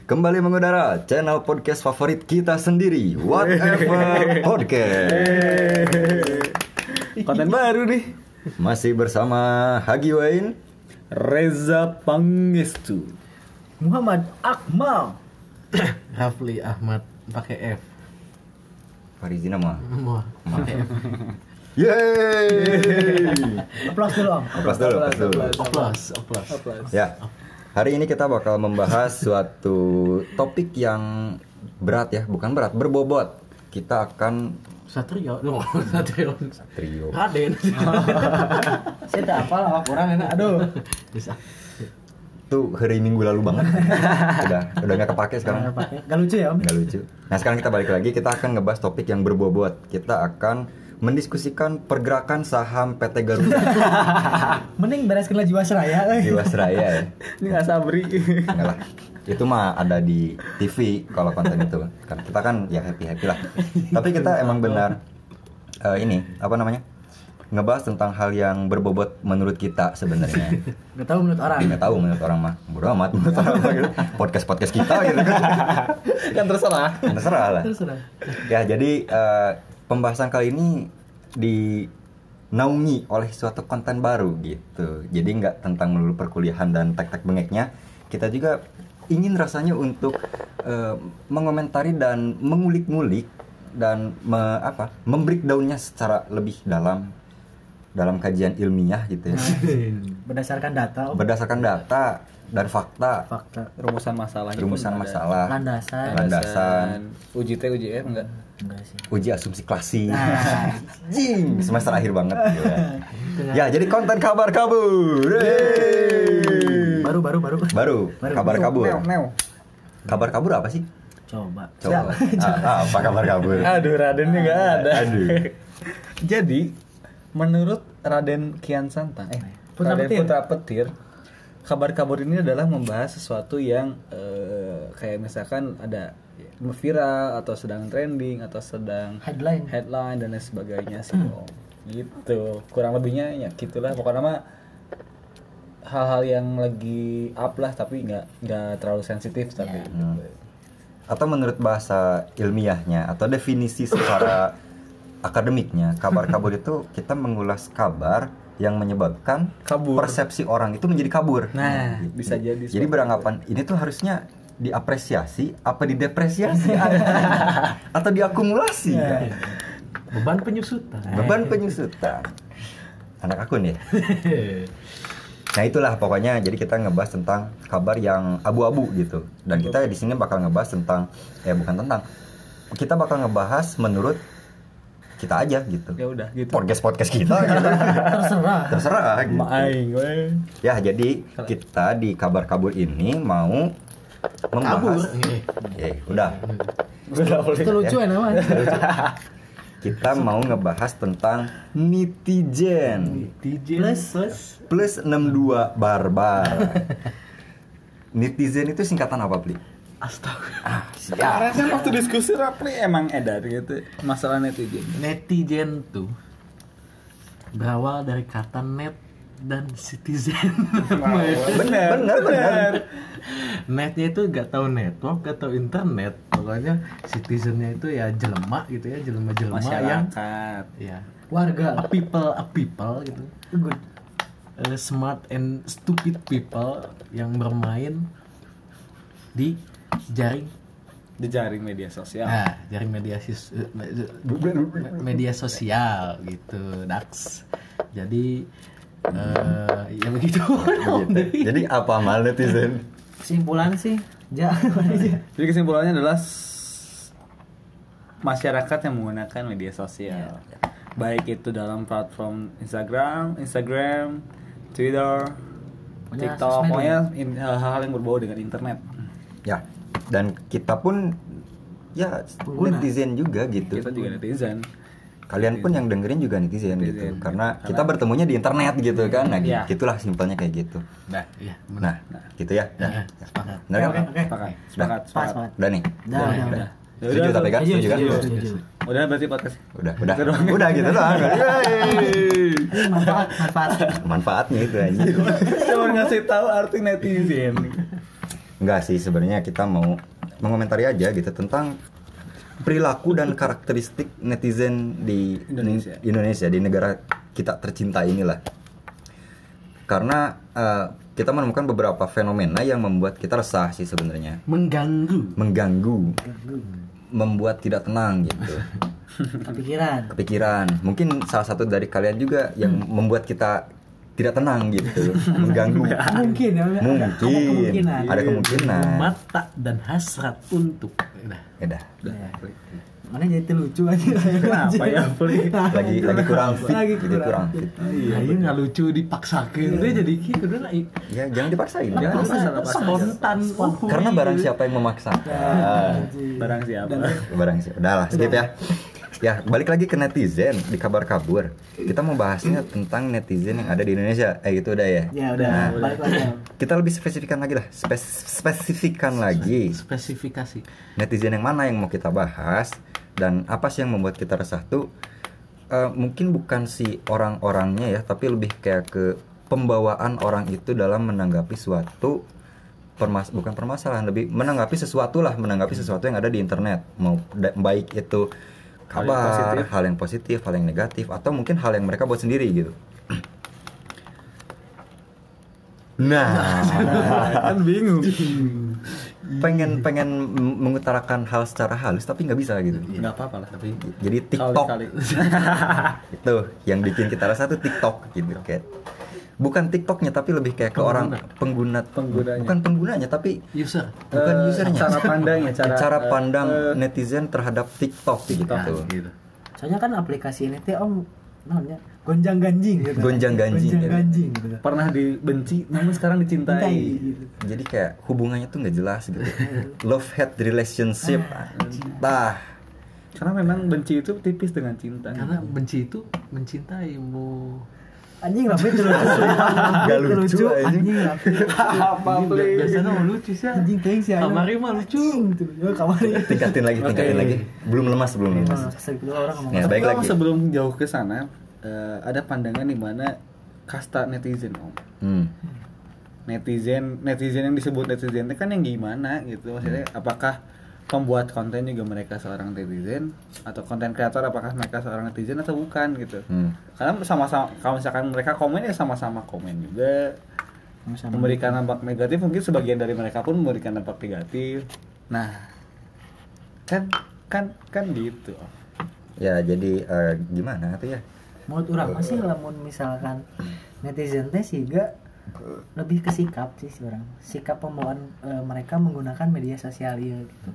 Kembali mengudara channel podcast favorit kita sendiri, Whatever Podcast. Konten baru nih. Masih bersama Hagi Wain, Reza Pangestu, Muhammad Akmal, Rafli Ahmad pakai F. Farizina mah. Wah, pakai F. Yeay. Aplaus dulu Om. Oplos. Ya, hari ini kita bakal membahas suatu topik yang berat ya, bukan berat, berbobot. Kita akan Satrio. trio. Raden. Saya tak hafal awak orang enak. Aduh. Bisa. Tuh hari minggu lalu banget. udah nggak kepake sekarang. Gak lucu ya Om? Nggak lucu. Nah sekarang kita balik lagi, kita akan ngebahas topik yang berbobot. Kita akan mendiskusikan pergerakan saham PT Garuda. Mending bereskan Jiwasraya. Jiwasraya ya. ini nggak sabri. Enggak lah. Itu mah ada di TV kalau konten itu. Kan kita kan ya happy lah. Tapi kita emang benar ini apa namanya? Ngebahas tentang hal yang berbobot menurut kita sebenarnya. Gak tahu menurut orang. Nggak tahu menurut orang mah. Bodo amat menurut orang mah gitu. Podcast kita gitu kan. Kan terserah. Terserah lah. Terserah. Ya jadi pembahasan kali ini dinaungi oleh suatu konten baru gitu. Jadi nggak tentang melulu perkuliahan dan tek-tek bengeknya. Kita juga ingin rasanya untuk mengomentari dan mengulik-ngulik dan membreakdownnya secara lebih dalam kajian ilmiah gitu ya. Berdasarkan data Om. Berdasarkan data dan fakta. Rumusan masalah. Landasan. Uji T, uji F enggak? Enggak sih. Uji asumsi klasik. Nah. Jing, semester akhir banget gitu ya. Ya, jadi konten kabar kabur. Yeay. Baru. Kabar kabur. Neo. Kabar kabur apa sih? Coba. Apa kabar kabur? Aduh, Radennya nggak ada. Aduh. Jadi, menurut Raden Kian Santang, Putra Raden Petir. Putra Petir, kabar kabur ini adalah membahas sesuatu yang kayak misalkan ada viral atau sedang trending atau sedang headline dan lain sebagainya sih. Gitu. Kurang lebihnya ya gitulah. Pokoknya mah hal-hal yang lagi up lah tapi nggak terlalu sensitif tapi. Atau menurut bahasa ilmiahnya atau definisi secara akademiknya, kabar kabur itu kita mengulas kabar yang menyebabkan Kabur. persepsi orang itu menjadi kabur. Nah, gitu. bisa jadi Jadi beranggapan ini tuh harusnya diapresiasi apa didepresiasi atau diakumulasi kan? Beban penyusutan. Beban penyusutan. Anak akun ya. Nah itulah pokoknya, jadi kita ngebahas tentang kabar yang abu-abu gitu. Dan kita di sini bakal ngebahas tentang kita bakal ngebahas menurut kita aja gitu. Ya udah gitu. Podcast kita gitu. Terserah gitu. Maing we. Ya jadi kita di kabar kabur ini mau membahas udah. Itu lucu ya namanya. Kita mau ngebahas tentang netizen. Plus 62 barbar. Netizen itu singkatan apa, Pli? Astaga. Karena kan waktu diskusi Rapli emang edar gitu masalah netizen. Netizen tuh berawal dari kata net dan citizen. Bener. Netnya itu gak tahu network, gak tahu internet. Pokoknya citizennya itu ya jelema gitu ya, jelema yang Masyarakat. ya Warga. a people gitu. Good. Smart and stupid people yang bermain di jaring media sosial. Nah, jaring media sosial gitu, Dax. Jadi ya begitu. Jadi apa mal netizen? Kesimpulan sih. Jadi kesimpulannya adalah masyarakat yang menggunakan media sosial. Baik itu dalam platform Instagram, Twitter, TikTok, pokoknya hal-hal yang berbau dengan internet. Ya, dan kita pun ya netizen juga gitu. Kita juga netizen. Kalian pun yang dengerin juga netizen gitu. Karena kita bertemunya di internet gitu kan. Nah, Iya. gitulah simpelnya kayak gitu. Nah, iya, Nah, gitu ya. benar. Sepakat. Benar kan? Oke. Sepakat. Udah nih. Udah. Setuju tapi kan? Setuju kan? Setuju. Udah berarti podcast. Udah gitu doang. Manfaat. Manfaatnya itu aja. Cuma ngasih tahu arti netizen. Enggak sih, sebenarnya kita mau mengomentari aja gitu tentang perilaku dan karakteristik netizen di Indonesia, di negara kita tercinta inilah. Karena kita menemukan beberapa fenomena yang membuat kita resah sih sebenarnya. Mengganggu, membuat tidak tenang gitu. Kepikiran. Mungkin salah satu dari kalian juga yang membuat kita tidak tenang gitu, mengganggu. Mungkin ya. Mungkin. Ada kemungkinan. Mata dan hasrat untuk. Udah. Mana jadi lucu aja. Kenapa ya, Pli? Lagi kurang fit. Lagi kurang fit. Iya, nggak lucu dipaksakan. Dia jadi gitu udah lah. Ya jangan dipaksain. Spontan. Karena barang siapa yang memaksakan. Barang siapa? Udahlah, skip ya. Ya, balik lagi ke netizen di kabar kabur. Kita mau bahasnya tentang netizen yang ada di Indonesia. Gitu udah ya? Ya udah, balik lagi. Kita lebih spesifikkan lagi lah. Spesifikasi. Netizen yang mana yang mau kita bahas dan apa sih yang membuat kita resah tuh? Mungkin bukan si orang-orangnya ya, tapi lebih kayak ke pembawaan orang itu dalam menanggapi suatu bukan permasalahan, lebih menanggapi sesuatu yang ada di internet. Mau baik itu kabar, hal yang positif, hal yang negatif, atau mungkin hal yang mereka buat sendiri gitu. Nah, Kan bingung. pengen mengutarakan hal secara halus tapi nggak bisa gitu. Nggak apa-apa lah, tapi Jadi TikTok kali. itu yang bikin kita rasa tuh TikTok gitu kayak. Bukan TikToknya tapi lebih kayak ke orang pengguna. Bukan penggunanya tapi bukan usernya. Cara pandang netizen terhadap TikTok gitu. Soalnya kan aplikasi ini teh Om namanya gonjang-ganjing gitu. Gonjang-ganjing gitu. Pernah dibenci namun sekarang dicintai. Gitu. Jadi kayak hubungannya tuh nggak jelas gitu. Love hate relationship. Karena memang benci itu tipis dengan cinta. Karena benci itu mencintaimu. Anjing Rafi terus Gak lucu anjing Rafi. Apa Biasanya mau lucu sih. Anjing teuing sih. Kamari mah lucu. Yo kamari. Tingkatin lagi. Belum lemas. Ya, baik lagi. Sebelum jauh ke sana, ada pandangan di mana kasta netizen, Om. Netizen yang disebut netizen itu kan yang gimana gitu, maksudnya apakah pembuat konten juga mereka seorang netizen atau konten kreator apakah mereka seorang netizen atau bukan gitu. Karena sama-sama kalau misalkan mereka komen ya sama-sama komen juga, memberikan dampak negatif, mungkin sebagian dari mereka pun memberikan dampak negatif. Nah, kan gitu. Ya jadi gimana tuh ya? Menurut urang sih lamun misalkan netizen teh siga lebih ke sikap sih sekarang. Sikap pembawaan mereka menggunakan media sosial ya gitu.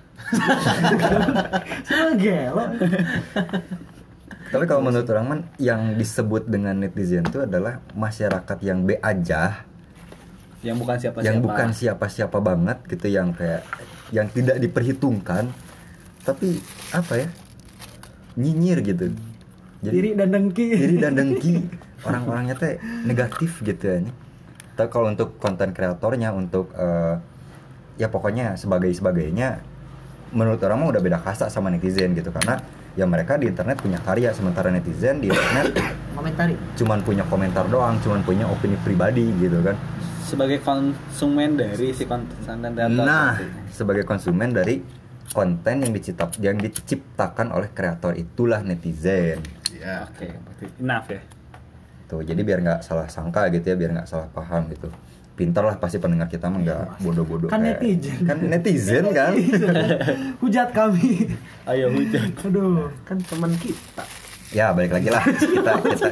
Sama gelo. Tapi kalau menurut orang man, yang disebut dengan netizen itu adalah masyarakat yang be aja, yang bukan siapa-siapa, yang bukan siapa-siapa banget gitu, yang kayak yang tidak diperhitungkan, tapi apa ya, nyinyir gitu. Jadi, diri dan dengki orang-orangnya teh negatif gitu ya. Tapi kalau untuk konten kreatornya, untuk ya pokoknya sebagainya, menurut orang mah udah beda kasta sama netizen gitu, karena ya mereka di internet punya karya, sementara netizen di internet cuman punya komentar doang, cuman punya opini pribadi gitu kan. Sebagai konsumen dari si konten kreator. Nah, sebagai konsumen dari konten yang diciptakan oleh kreator, itulah netizen. Ya. Oke, berarti enough ya. Tuh, jadi biar nggak salah sangka gitu ya, biar nggak salah paham gitu. Pintar lah pasti pendengar kita mah nggak bodoh-bodoh. Kan netizen kan. Hujat kami. Ayo hujat. Aduh, Kan teman kita. Ya balik lagi lah kita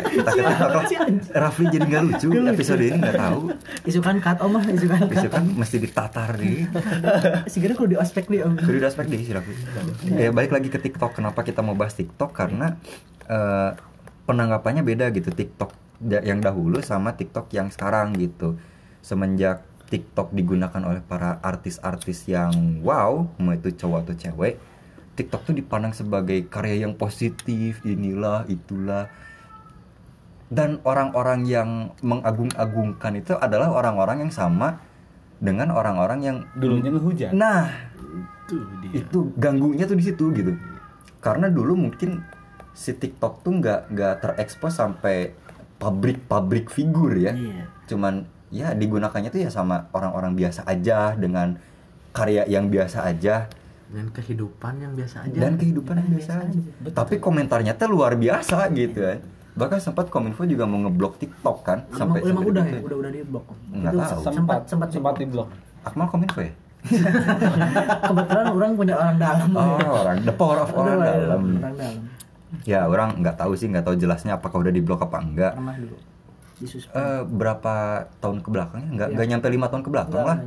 Rafli jadi nggak lucu episode ini, nggak tahu. Isukan cut Om, Isukan mesti ditatar nih. Segera kudu di ospek nih Om. Kudu di ospek deh si Rafli. Ya balik lagi ke TikTok. Kenapa kita mau bahas TikTok? Karena penanggapannya beda gitu, TikTok yang dahulu sama TikTok yang sekarang gitu. Semenjak TikTok digunakan oleh para artis-artis yang wow, mau itu cowok atau cewek, TikTok tuh dipandang sebagai karya yang positif, inilah itulah. Dan orang-orang yang mengagung-agungkan itu adalah orang-orang yang sama dengan orang-orang yang dulunya ngehujat. Nah, itu ganggunya tuh di situ gitu. Karena dulu mungkin si TikTok tuh nggak terekspos sampai pabrik figur ya. Cuman ya digunakannya tuh ya sama orang-orang biasa aja dengan karya yang biasa aja dan kehidupan yang biasa aja. Betul. Tapi komentarnya tuh luar biasa gitu kan. Bahkan sempat Kominfo juga mau ngeblok TikTok kan sampai emang udah ya udah di blok. Nggak tahu. Sempat di blok. Akmal Kominfo ya. Kebetulan orang punya orang dalam. The power of orang dalam. Orang dalam. Ya orang nggak tahu jelasnya apakah udah diblok apa enggak. Pernah dulu. Berapa tahun ke belakangnya? Nggak nyampe 5 tahun ke belakang lah.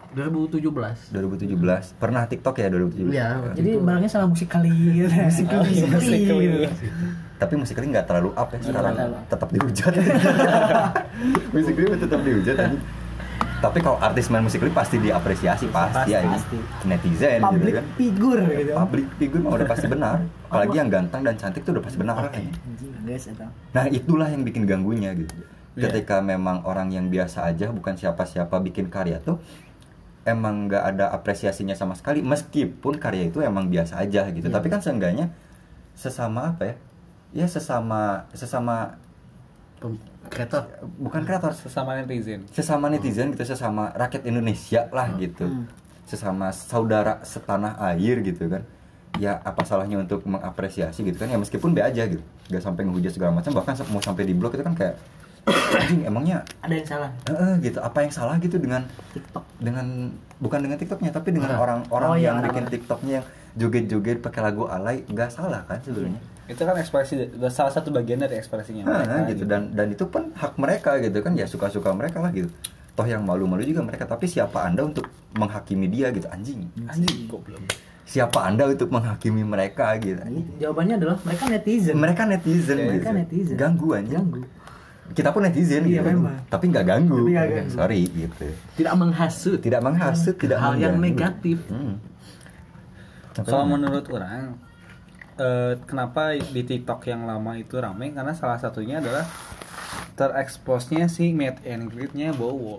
2017 Pernah TikTok ya 2017? Iya. Jadi barangnya salah musik kali. Tapi Musical.ly nggak terlalu up ya sekarang, tetap dihujat. Musical.ly tetap dihujat aja. Tapi kalau artis main Musical.ly pasti diapresiasi pasti ya ini netizen public gitu kan. Figure gitu. Public figure mah udah pasti benar. Apalagi yang ganteng dan cantik tuh udah pasti benar lah ini. Nah itulah yang bikin ganggunya gitu. Ketika memang orang yang biasa aja bukan siapa-siapa bikin karya tuh emang nggak ada apresiasinya sama sekali meskipun karya itu emang biasa aja gitu. Tapi kan seenggaknya sesama apa ya? Ya sesama kreator, bukan kreator, sesama netizen gitu, sesama rakyat Indonesia lah gitu, sesama saudara setanah air gitu kan. Ya apa salahnya untuk mengapresiasi gitu kan, ya meskipun be aja gitu, nggak sampai ngehujat segala macam, bahkan mau sampai di blok itu kan kayak anjing emangnya ada yang salah gitu, apa yang salah gitu dengan TikTok, bukan dengan TikToknya tapi dengan orang-orang yang bikin TikToknya yang joget-joget pakai lagu alay, nggak salah kan sebenarnya. Itu kan ekspresi, salah satu bagian dari ekspresinya mereka gitu. Dan itu pun hak mereka gitu kan, ya suka-suka mereka lah gitu. Toh yang malu-malu juga mereka, tapi siapa Anda untuk menghakimi dia gitu, anjing goblok. Siapa Anda untuk menghakimi mereka gitu. Jawabannya adalah mereka netizen gitu. Ganggu. Kita pun netizen gitu. Tapi nggak ganggu. Sorry gitu. Tidak menghasut, tidak hal yang negatif. Kalau menurut orang kenapa di TikTok yang lama itu ramai, karena salah satunya adalah tereksposnya si meet and greet-nya Bowo.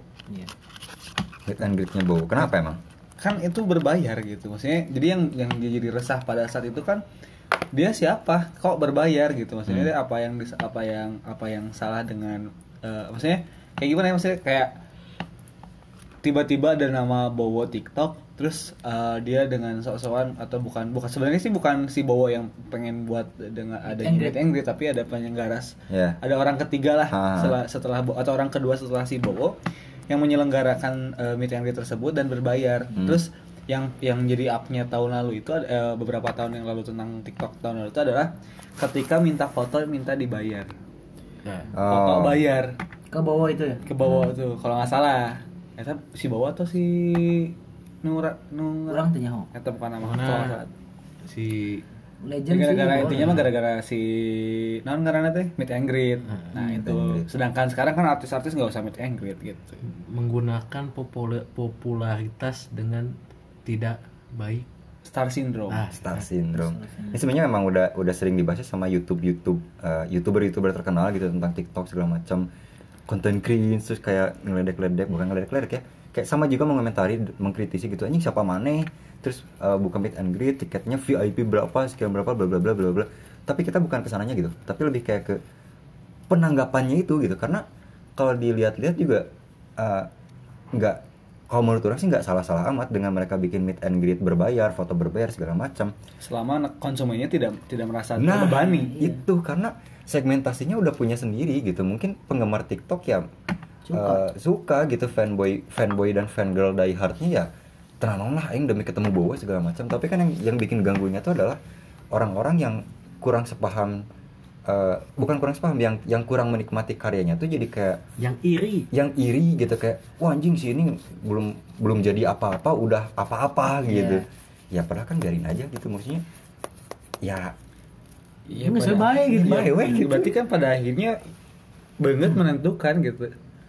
Meet and greet-nya Bowo. Kenapa emang? Kan itu berbayar gitu. Maksudnya jadi yang dia jadi resah pada saat itu kan dia siapa kok berbayar gitu. Maksudnya apa yang salah dengan maksudnya kayak gimana ya, maksudnya kayak tiba-tiba ada nama Bowo TikTok, terus dia dengan sok-sokan atau bukan sebenarnya sih bukan si Bowo yang pengen buat dengan adanya meet and greet, tapi ada penyelenggara, ada orang ketiga lah setelah atau orang kedua setelah si Bowo yang menyelenggarakan meet and greet tersebut dan berbayar. Terus yang jadi up-nya tahun lalu itu beberapa tahun yang lalu tentang TikTok tahun lalu itu adalah ketika minta foto minta dibayar. Foto bayar ke Bowo itu ya? Ke Bowo tuh kalau nggak salah. Eta si Bowo atau si Nura orang tanya ho. Eta bukan nama si legend gara-gara intinya mah gara-gara si naon ngaranna teh meet and greet. Nah itu sedangkan sekarang kan artis-artis nggak usah meet and greet gitu. Menggunakan popularitas dengan tidak baik. Star syndrome. Star syndrome. Ini sebenarnya memang udah sering dibahas sama YouTuber terkenal gitu tentang TikTok segala macam. Konten cringe, terus kayak bukan ngeledek ya, kayak sama juga mengomentari, mengkritisi gitu, anjing siapa maneh, terus buka meet and greet, tiketnya VIP berapa, sekian berapa, bla bla bla bla bla. Tapi kita bukan kesananya gitu, tapi lebih kayak ke penanggapannya itu gitu, karena kalau dilihat-lihat juga nggak, kalau menurut orang sih nggak salah-salah amat dengan mereka bikin meet and greet berbayar, foto berbayar segala macam, selama konsumennya tidak merasa terbebani. Itu karena segmentasinya udah punya sendiri gitu. Mungkin penggemar TikTok ya suka gitu, fanboy dan fangirl die hardnya ya tenang lah aing demi ketemu Bowo segala macam. Tapi kan yang bikin ganggunya itu adalah orang-orang yang kurang sepaham, bukan kurang sepaham, yang kurang menikmati karyanya tuh jadi kayak yang iri gitu, kayak wah anjing sih ini belum jadi apa-apa udah apa-apa gitu. Ya padahal kan biarin aja gitu, maksudnya ya nggak sebaik gitu. Berarti kan pada akhirnya banget menentukan gitu.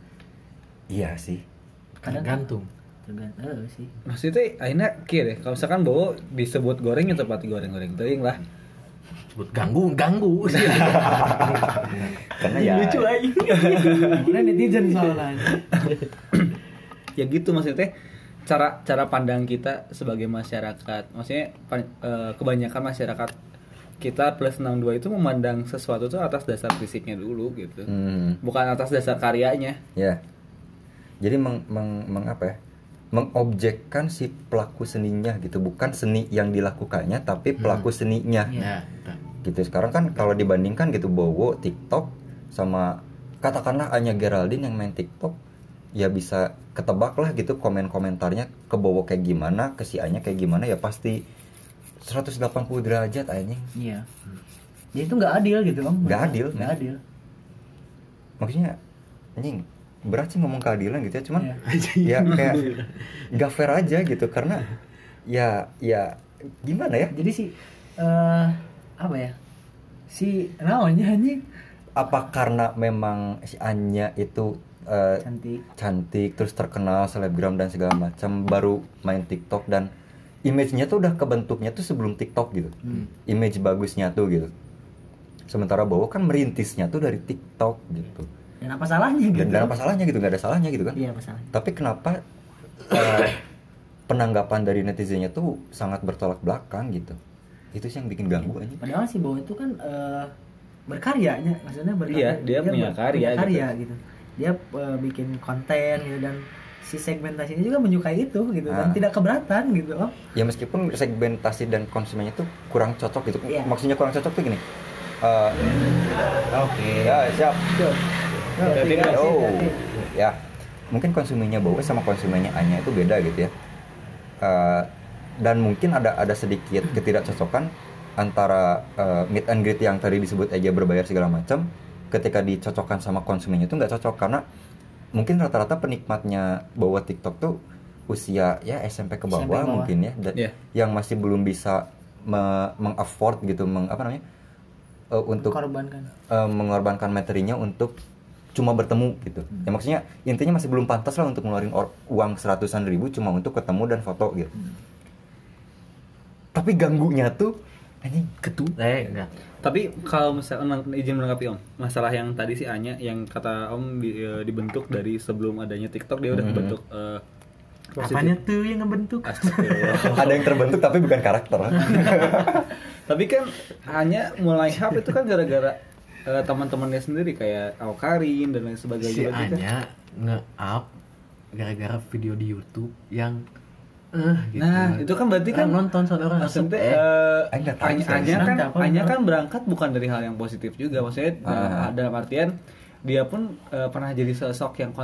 Iya sih. Tergantung sih. Maksudnya akhirnya kieu deh. Kalau misalkan Bowo disebut goreng ya tepat goreng teuing lah. Sebut ganggu. Karena ya lucu aja. Karena netizen soalnya. Ya gitu maksudnya. Cara pandang kita sebagai masyarakat. Maksudnya kebanyakan masyarakat kita plus 62 itu memandang sesuatu tuh atas dasar fisiknya dulu gitu. Bukan atas dasar karyanya. Ya. Jadi apa ya? Mengobjekkan si pelaku seninya gitu, bukan seni yang dilakukannya tapi pelaku seninya. Gitu. Sekarang kan kalau dibandingkan gitu Bowo TikTok sama katakanlah Anya Geraldine yang main TikTok, ya bisa ketebak lah gitu komen-komentarnya ke Bowo kayak gimana, ke si Anya kayak gimana, ya pasti 180 derajat anjing. Iya. Jadi itu nggak adil gitu Om. Nggak adil. Maksudnya anjing berat sih ngomong keadilan gitu ya, cuman ya kayak nggak fair aja gitu, karena ya gimana ya? Jadi si apa ya? Si naonnya anjing? Apa karena memang si Anya itu cantik terus terkenal selebgram dan segala macam, baru main TikTok dan image-nya tuh udah kebentuknya tuh sebelum TikTok gitu. Image bagusnya tuh gitu. Sementara Bowo kan merintisnya tuh dari TikTok gitu. Dan apa salahnya gitu? Dan apa salahnya gitu, nggak ada salahnya gitu kan? Iya, apa salahnya. Tapi kenapa penanggapan dari netizennya tuh sangat bertolak belakang gitu? Itu sih yang bikin ganggu aja. Padahal si Bowo itu kan berkaryanya, maksudnya dia punya karya gitu. Dia bikin konten gitu, dan si segmentasinya juga menyukai itu gitu dan tidak keberatan gitu. Ya meskipun segmentasi dan konsumennya tuh kurang cocok gitu. Maksudnya kurang cocok tuh gini. Oke. Ya, siap. Ya, mungkin konsumennya Bowo sama konsumennya Anya itu beda gitu ya. Dan mungkin ada sedikit ketidakcocokan antara meet and greet yang tadi disebut aja berbayar segala macam, ketika dicocokkan sama konsumennya itu nggak cocok, karena mungkin rata-rata penikmatnya Bowo TikTok tuh usia ya SMP ke bawah mungkin ya, yang masih belum bisa meng-afford gitu, untuk mengorbankan materinya untuk cuma bertemu gitu. Ya maksudnya intinya masih belum pantas lah untuk ngeluarin uang 100-an ribu cuma untuk ketemu dan foto gitu. Tapi ganggunya tuh anjing enggak. Tapi kalau misalnya izin menanggapi Om, masalah yang tadi si Anya yang kata Om dibentuk dari sebelum adanya TikTok, dia udah bentuk apanya tuh yang ngebentuk? Ada yang terbentuk tapi bukan karakter. Tapi kan Anya mulai hype itu kan gara-gara teman-temannya sendiri kayak Awkarin dan lain sebagainya. Si Anya nge-up gara-gara video di YouTube yang gitu. Nah, itu kan berarti kan nonton saudara Anya kan berangkat bukan dari hal yang positif juga. Maksudnya dalam artian dia pun pernah jadi sosok yang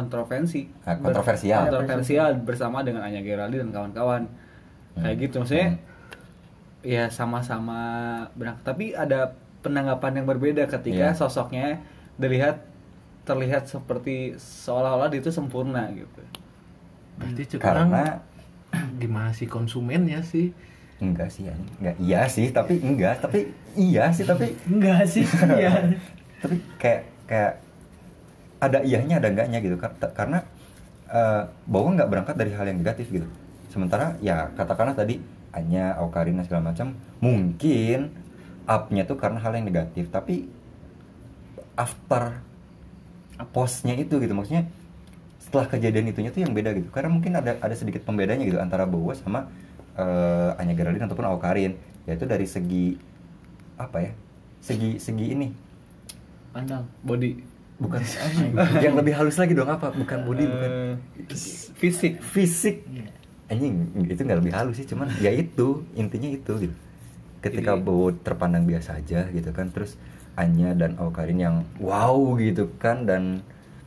kontroversial bersama dengan Anya Geraldine dan kawan-kawan. Kayak gitu maksudnya. Ya sama-sama berangkat, tapi ada penanggapan yang berbeda ketika sosoknya terlihat seperti seolah-olah dia itu sempurna gitu. Berarti karena gimana sih konsumennya sih? Enggak sih, enggak iya sih, tapi enggak, tapi iya sih, tapi enggak sih, iya. Tapi kayak ada iyahnya ada enggaknya gitu, karena Bowo nggak berangkat dari hal yang negatif gitu. Sementara ya katakanlah tadi Anya, Awkarin dan segala macam mungkin up-nya tuh karena hal yang negatif, tapi after post-nya itu gitu, maksudnya setelah kejadian itunya tuh yang beda gitu, karena mungkin ada sedikit pembedanya gitu antara Bowo sama Anya Geraldine ataupun Awkarin, yaitu dari segi apa ya, segi ini pandang body, bukan yang lebih halus lagi dong, apa bukan body, bukan fisik. Anjing itu nggak lebih halus sih, cuman ya itu intinya itu gitu. Ketika Bowo terpandang biasa aja gitu kan, terus Anya dan Awkarin yang wow gitu kan, dan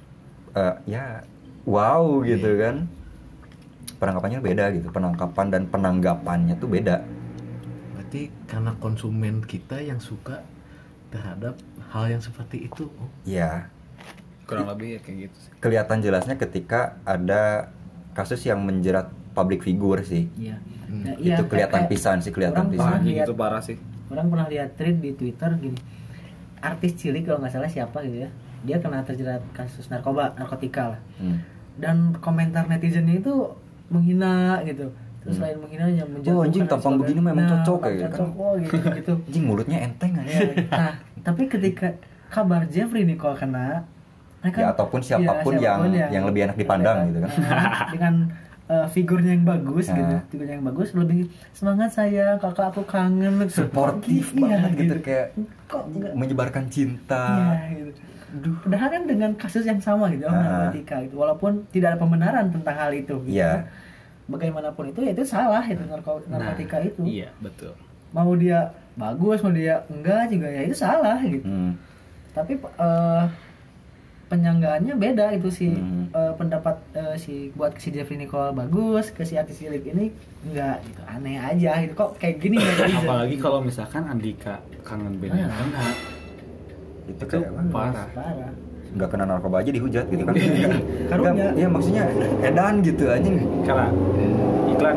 ya wow gitu kan, penangkapannya beda gitu, penangkapan dan penanggapannya tuh beda. Berarti karena konsumen kita yang suka terhadap hal yang seperti itu. Ya kurang lebih ya kayak gitu sih. Kelihatan jelasnya ketika ada kasus yang menjerat public figure sih. Iya. Nah, itu kelihatan pisan sih, kelihatan pisan. Itu parah sih. Orang pernah lihat thread di Twitter gini. Artis cilik kalau nggak salah siapa gitu ya. Dia kena terjerat kasus narkotika lah. Dan komentar netizennya itu menghina gitu. Terus selain menghina yang menjatuhkan. Anjing tampang begini memang cocok kayak kan. Gitu. Anjing mulutnya enteng aja. Nah, tapi ketika kabar Jeffrey Nicole kena, ya ataupun siapapun yang lebih enak dipandang gitu kan. Dengan figurnya yang bagus gitu, figurnya yang bagus, lebih semangat saya, kakak aku kangen, suportif banget gitu, gitu. Kayak kok menyebarkan cinta. Iya gitu. Padahal kan dengan kasus yang sama gitu narkotika itu, walaupun tidak ada pembenaran tentang hal itu gitu. Iya. Bagaimanapun itu ya itu salah itu narkotika itu. Iya, betul. Mau dia bagus, mau dia enggak juga ya itu salah gitu. Tapi penyanggaannya beda itu pendapat si buat si Jeffrey Nicole bagus, ke si artis cilik ini enggak gitu. Aneh aja gitu. Kok kayak gini ya? Apalagi kalau misalkan Andika kangen bandnya kena. Itu kayak parah. Nggak kena narkoba aja dihujat gitu kan. Karunya. Ya maksudnya edan gitu anjing. Karena iklan.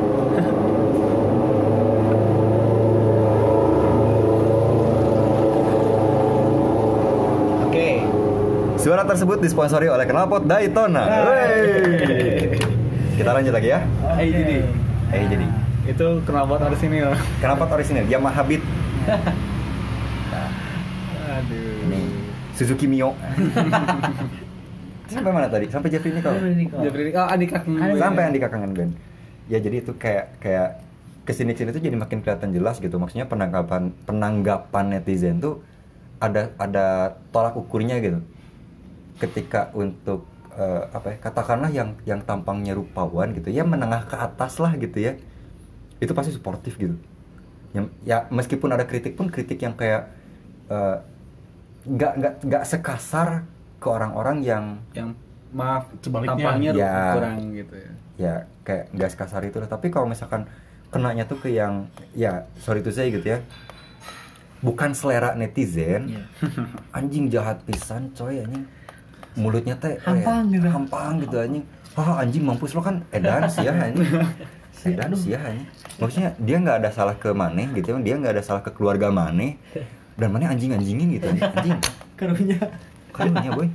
Suara tersebut disponsori oleh knalpot Daytona. Kita lanjut lagi ya. Jadi. Itu knalpot orisinil. Knalpot orisinil Yamaha Beat. Aduh. Ini Suzuki Mio. Sampai mana tadi? Sampai Jeffrey Nicole. Andika Sampai Andika kangen band. Ya jadi itu kayak kesini tuh jadi makin kelihatan jelas gitu. Maksudnya penanggapan netizen tuh ada tolak ukurnya gitu. Ketika untuk katakanlah yang tampangnya rupawan gitu ya, menengah ke atas lah gitu ya, itu pasti suportif gitu ya meskipun ada kritik pun kritik yang kayak nggak sekasar ke orang-orang yang maaf sebaliknya tampangnya ya, kurang gitu ya kayak nggak sekasar itu lah. Tapi kalau misalkan kenanya tuh ke yang ya sorry to say gitu ya, bukan selera netizen, anjing jahat pisan coy anjing, mulutnya teh hampang gitu anjing. Anjing mampus lo kan edan sih ya anjing. Edan sih ya anjing. Maksudnya dia nggak ada salah ke maneh gitu, dia nggak ada salah ke keluarga maneh, dan maneh anjing-anjingin gitu anjing. Karunya boy.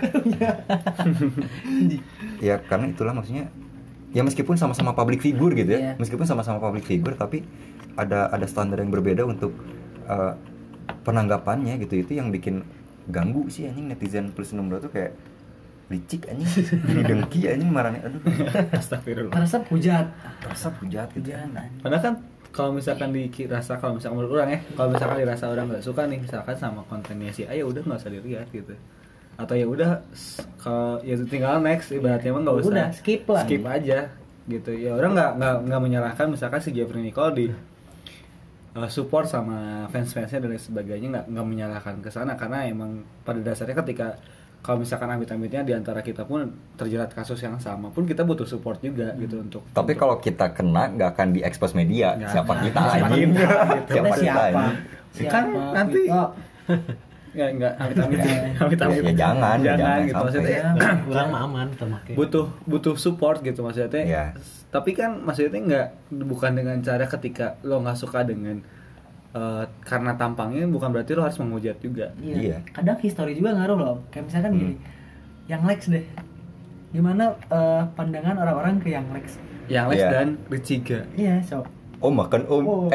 Ya karena itulah maksudnya. Ya meskipun sama-sama public figure gitu ya. Meskipun sama-sama public figure tapi ada standar yang berbeda untuk penanggapannya gitu. Itu yang bikin ganggu sih anjing netizen plus 62 tuh kayak licik anjing, dengki anjing marahnya, aduh. Astagfirullah. Resep hujat gitu. Padahal kan kalau misalkan dirasa, kalau misalkan menurut orang ya, kalau misalkan dirasa orang nggak suka nih misalkan sama kontennya si A, ya udah nggak usah dilihat gitu. Atau ya udah kalau ya tinggal next, ibaratnya mah nggak usah. Udah skip aja gitu. Ya orang nggak menyalahkan misalkan si Jeffrey Nicole di support sama fans-fansnya dan lain sebagainya, nggak menyalahkan ke sana, karena emang pada dasarnya ketika kalau misalkan amit-amitnya di antara kita pun terjerat kasus yang sama pun kita butuh support juga gitu untuk. Tapi kalau kita kena nggak akan diekspos media. Siapa kita anjing? Siapa kita? Kan nanti ya enggak amit-amit. Ya jangan gitu maksudnya. Kurang aman termakai. Butuh support gitu maksudnya. Ya. Tapi kan maksudnya bukan dengan cara ketika lo nggak suka dengan karena tampangnya, bukan berarti lo harus menghujat juga. Iya. Kadang history juga ngaruh loh. Kayak misalkan gini, yang Lex deh. Gimana pandangan orang-orang ke yang Lex? Yang Lex dan Richiga. Iya, so. Makan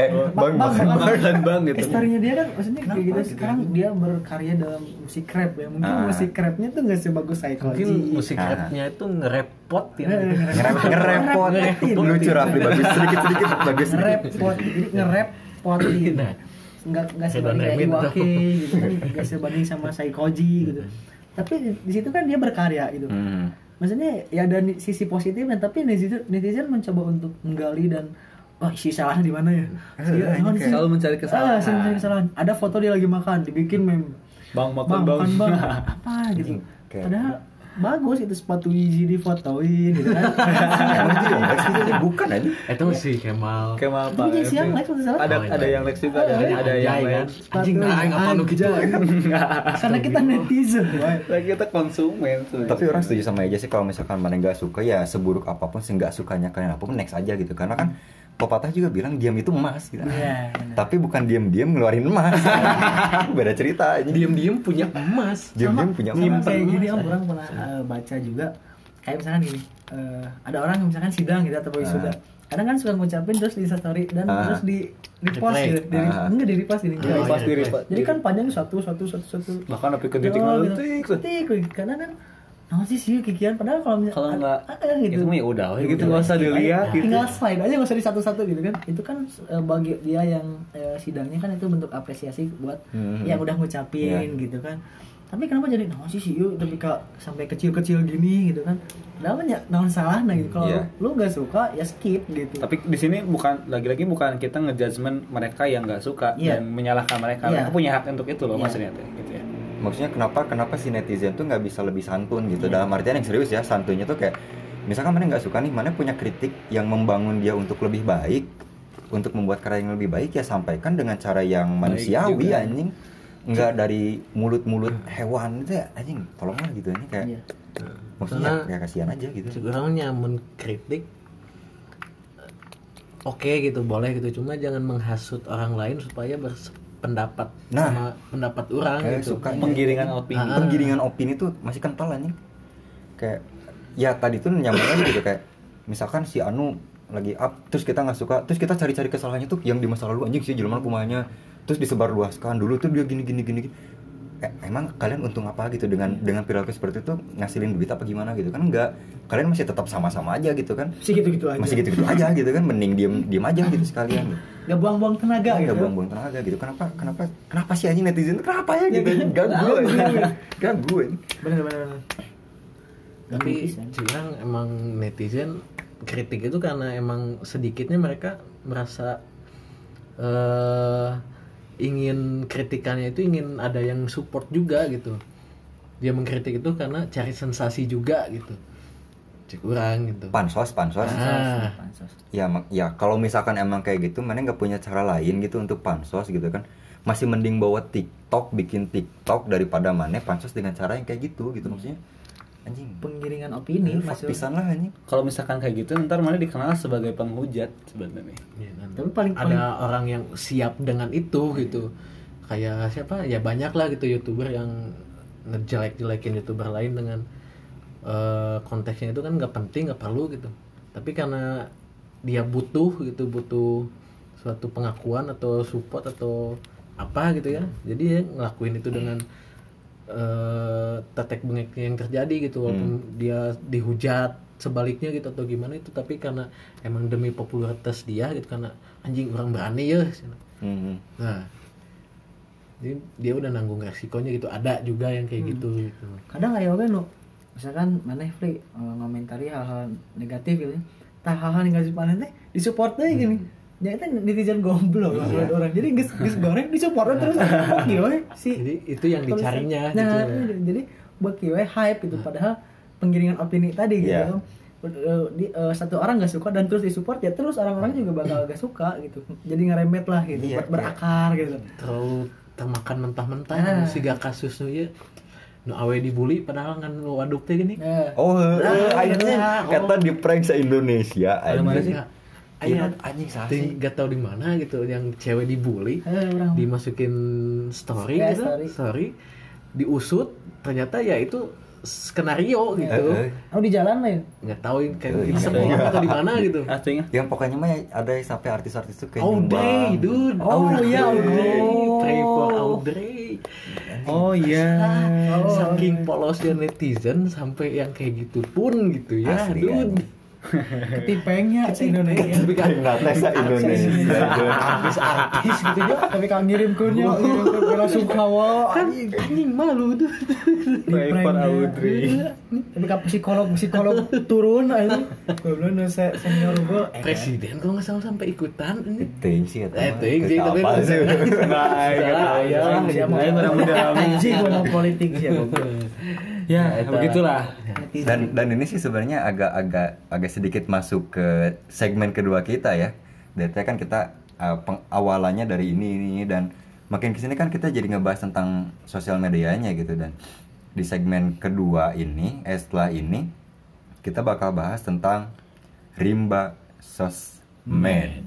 bang gitu. Historinya dia kan maksudnya kayak gitu. Sekarang dia berkarya dalam musik rap ya. Mungkin musik rapnya tuh nggak sebagus Psychology. Mungkin musik rapnya itu ngerepot ya. Ngerepot. Lucu Rafli, bagus sedikit bagus. Ngerepot. Jadi ngerepot gitu. Nggak sebanding kayak Iwake gitu kan. Nggak sebanding sama Psychology gitu. Tapi di situ kan dia berkarya gitu. Maksudnya ya ada sisi positifnya, tapi netizen mencoba untuk menggali dan isi salahnya di mana ya? Selalu mencari kesalahan. Ada foto dia lagi makan, dibikin meme. Bang makan bang. Apa gitu. Padahal bagus itu sepatu Yeezy difotoin gitu kan. Bukan aja. Itu sih Kemal Pak. Ada yang Lex juga, ada yang lain. Anjing apa lu gitu. Karena kita netizen, kita konsumen. Tapi orang setuju sama aja sih, kalau misalkan mana enggak suka ya seburuk apapun sih enggak sukanya kalian apapun next aja gitu. Karena kan pepatah juga bilang diam itu emas gitu. Tapi bukan diam-diam ngeluarin emas. Beda cerita aja. Diam-diam punya emas. Diam-diam punya emas. Kayak gini orang pernah baca juga. Kayak misalkan gini, ada orang misalkan sidang gitu atau wisuda. Kadang kan suka ngucapin terus di story dan terus di post gitu. Enggak di repost gini. Jadi kan panjang satu. Bahkan sampai ke titik karena kan sih kikian, padahal kalau enggak gitu. Itu mah ya udah gitu, enggak usah dilihat gitu. Tinggal slide aja, enggak usah di satu-satu gitu kan. Itu kan bagi dia yang sidangnya kan itu bentuk apresiasi buat yang udah ngucapin gitu kan. Tapi kenapa jadi naon sih yuk tapi sampai kecil-kecil gini gitu kan? Namanya naon salah gitu. Kalau lu nggak suka ya skip gitu. Tapi di sini bukan lagi-lagi bukan kita ngejudgement mereka yang nggak suka dan menyalahkan mereka. Mereka punya hak untuk itu loh maksudnya gitu ya. Maksudnya kenapa si netizen tuh nggak bisa lebih santun gitu? Dalam artian yang serius ya, santunnya tuh kayak misalkan mana nggak suka nih, mana punya kritik yang membangun dia untuk lebih baik, untuk membuat karya yang lebih baik, ya sampaikan dengan cara yang manusiawi anjing. Enggak dari mulut-mulut hewan itu ya anjing, tolonglah gitu anjing kayak maksudnya kayak kasihan aja gitu. Sebenarnya mengkritik oke gitu, boleh gitu, cuma jangan menghasut orang lain supaya berpendapat sama pendapat orang gitu. Penggiringan opini. Penggiringan opini tuh masih kental anjing. Kayak ya tadi tuh nyambung gitu kayak misalkan si Anu lagi up terus kita nggak suka, terus kita cari-cari kesalahannya tuh yang di masa lalu anjing sih jelema kumanya, terus disebarluaskan dulu tuh dia gini. Emang kalian untung apa gitu dengan perilaku seperti itu, ngasilin duit apa gimana gitu kan? Enggak, kalian masih tetap sama-sama aja gitu kan, masih gitu-gitu aja gitu kan, mending diem aja gitu sekalian gitu. Gak buang-buang tenaga gitu. Gak buang-buang tenaga gitu. Kenapa sih anjing netizen kenapa ya gitu? Ganggu. Bener. Tapi sekarang emang netizen kritik itu karena emang sedikitnya mereka merasa ingin kritikannya itu ingin ada yang support juga gitu. Dia mengkritik itu karena cari sensasi juga gitu. Cek orang gitu. Pansos. Ya kalau misalkan emang kayak gitu, mana nggak punya cara lain gitu untuk pansos gitu kan? Masih mending bawa bikin TikTok daripada mana pansos dengan cara yang kayak gitu maksudnya. Anjing, penggiringan opini pisan lah anjing. Kalau misalkan kayak gitu ntar mana dikenal sebagai penghujat sebenarnya. Ya, kan? Tapi paling ada orang yang siap dengan itu gitu. Kayak siapa? Ya banyak lah gitu YouTuber yang ngejelek-jelekin YouTuber lain dengan konteksnya itu kan nggak penting, nggak perlu gitu. Tapi karena dia butuh suatu pengakuan atau support atau apa gitu ya. Jadi dia ngelakuin itu dengan tetek bengek yang terjadi gitu, walaupun dia dihujat sebaliknya gitu atau gimana itu, tapi karena emang demi popularitas dia gitu, karena anjing orang berani ya. Nah, jadi dia udah nanggung resikonya gitu. Ada juga yang kayak gitu. Kadang aya oge nu misalkan maneh free ngomentari hal-hal negatif gitu. Tah hal-hal negatif maneh teh disupport teh gini. Ya itu netizen goblok orang. Jadi geus goreng disupport terus gila sih. Jadi itu yang dicarinya gitu. Nah, jadi buat kieu hype gitu, padahal penggiringan opini tadi gitu. Satu orang nggak suka dan terus disupport, ya terus orang-orang juga bakal gak suka gitu. Jadi ngeremet lah gitu, buat berakar gitu. Terlalu termakan mentah-mentah siga kasusnya ya. Nu awe dibully padahal kan waduk teh gini. Akhirnya kata di prank se-Indonesia aja. Anjing sih gak tau di mana gitu, yang cewek dibully dimasukin story diusut, ternyata ya itu skenario gitu. Di jalan lah ya? Nggak tahu kayak di sekolah atau di mana gitu. Yang pokoknya mah ada sampai artis-artis tuh kayak Audrey, dude. Audrey. Pray for Audrey. Saking polosnya netizen sampai yang kayak gitu pun gitu ya, dude. Ketipengnya se-Indonesia. Tapi kan nggak se-Indonesia. Artis gitu ya, tapi kan ngirimkeunnya langsung kawa anjing malu tuh. Pray for Audrey. Tapi kan psikolog turun aja. Goblok senior gua presiden kalau nggak salah sampai ikutan ini. Ting sih kata. Ting sih tapi ya politik sih. Ya, begitulah. Dan ini sih sebenarnya agak sedikit masuk ke segmen kedua kita ya. Dari kan kita awalannya dari ini dan makin kesini kan kita jadi ngebahas tentang sosial medianya gitu, dan di segmen kedua ini setelah ini kita bakal bahas tentang rimba sosmed.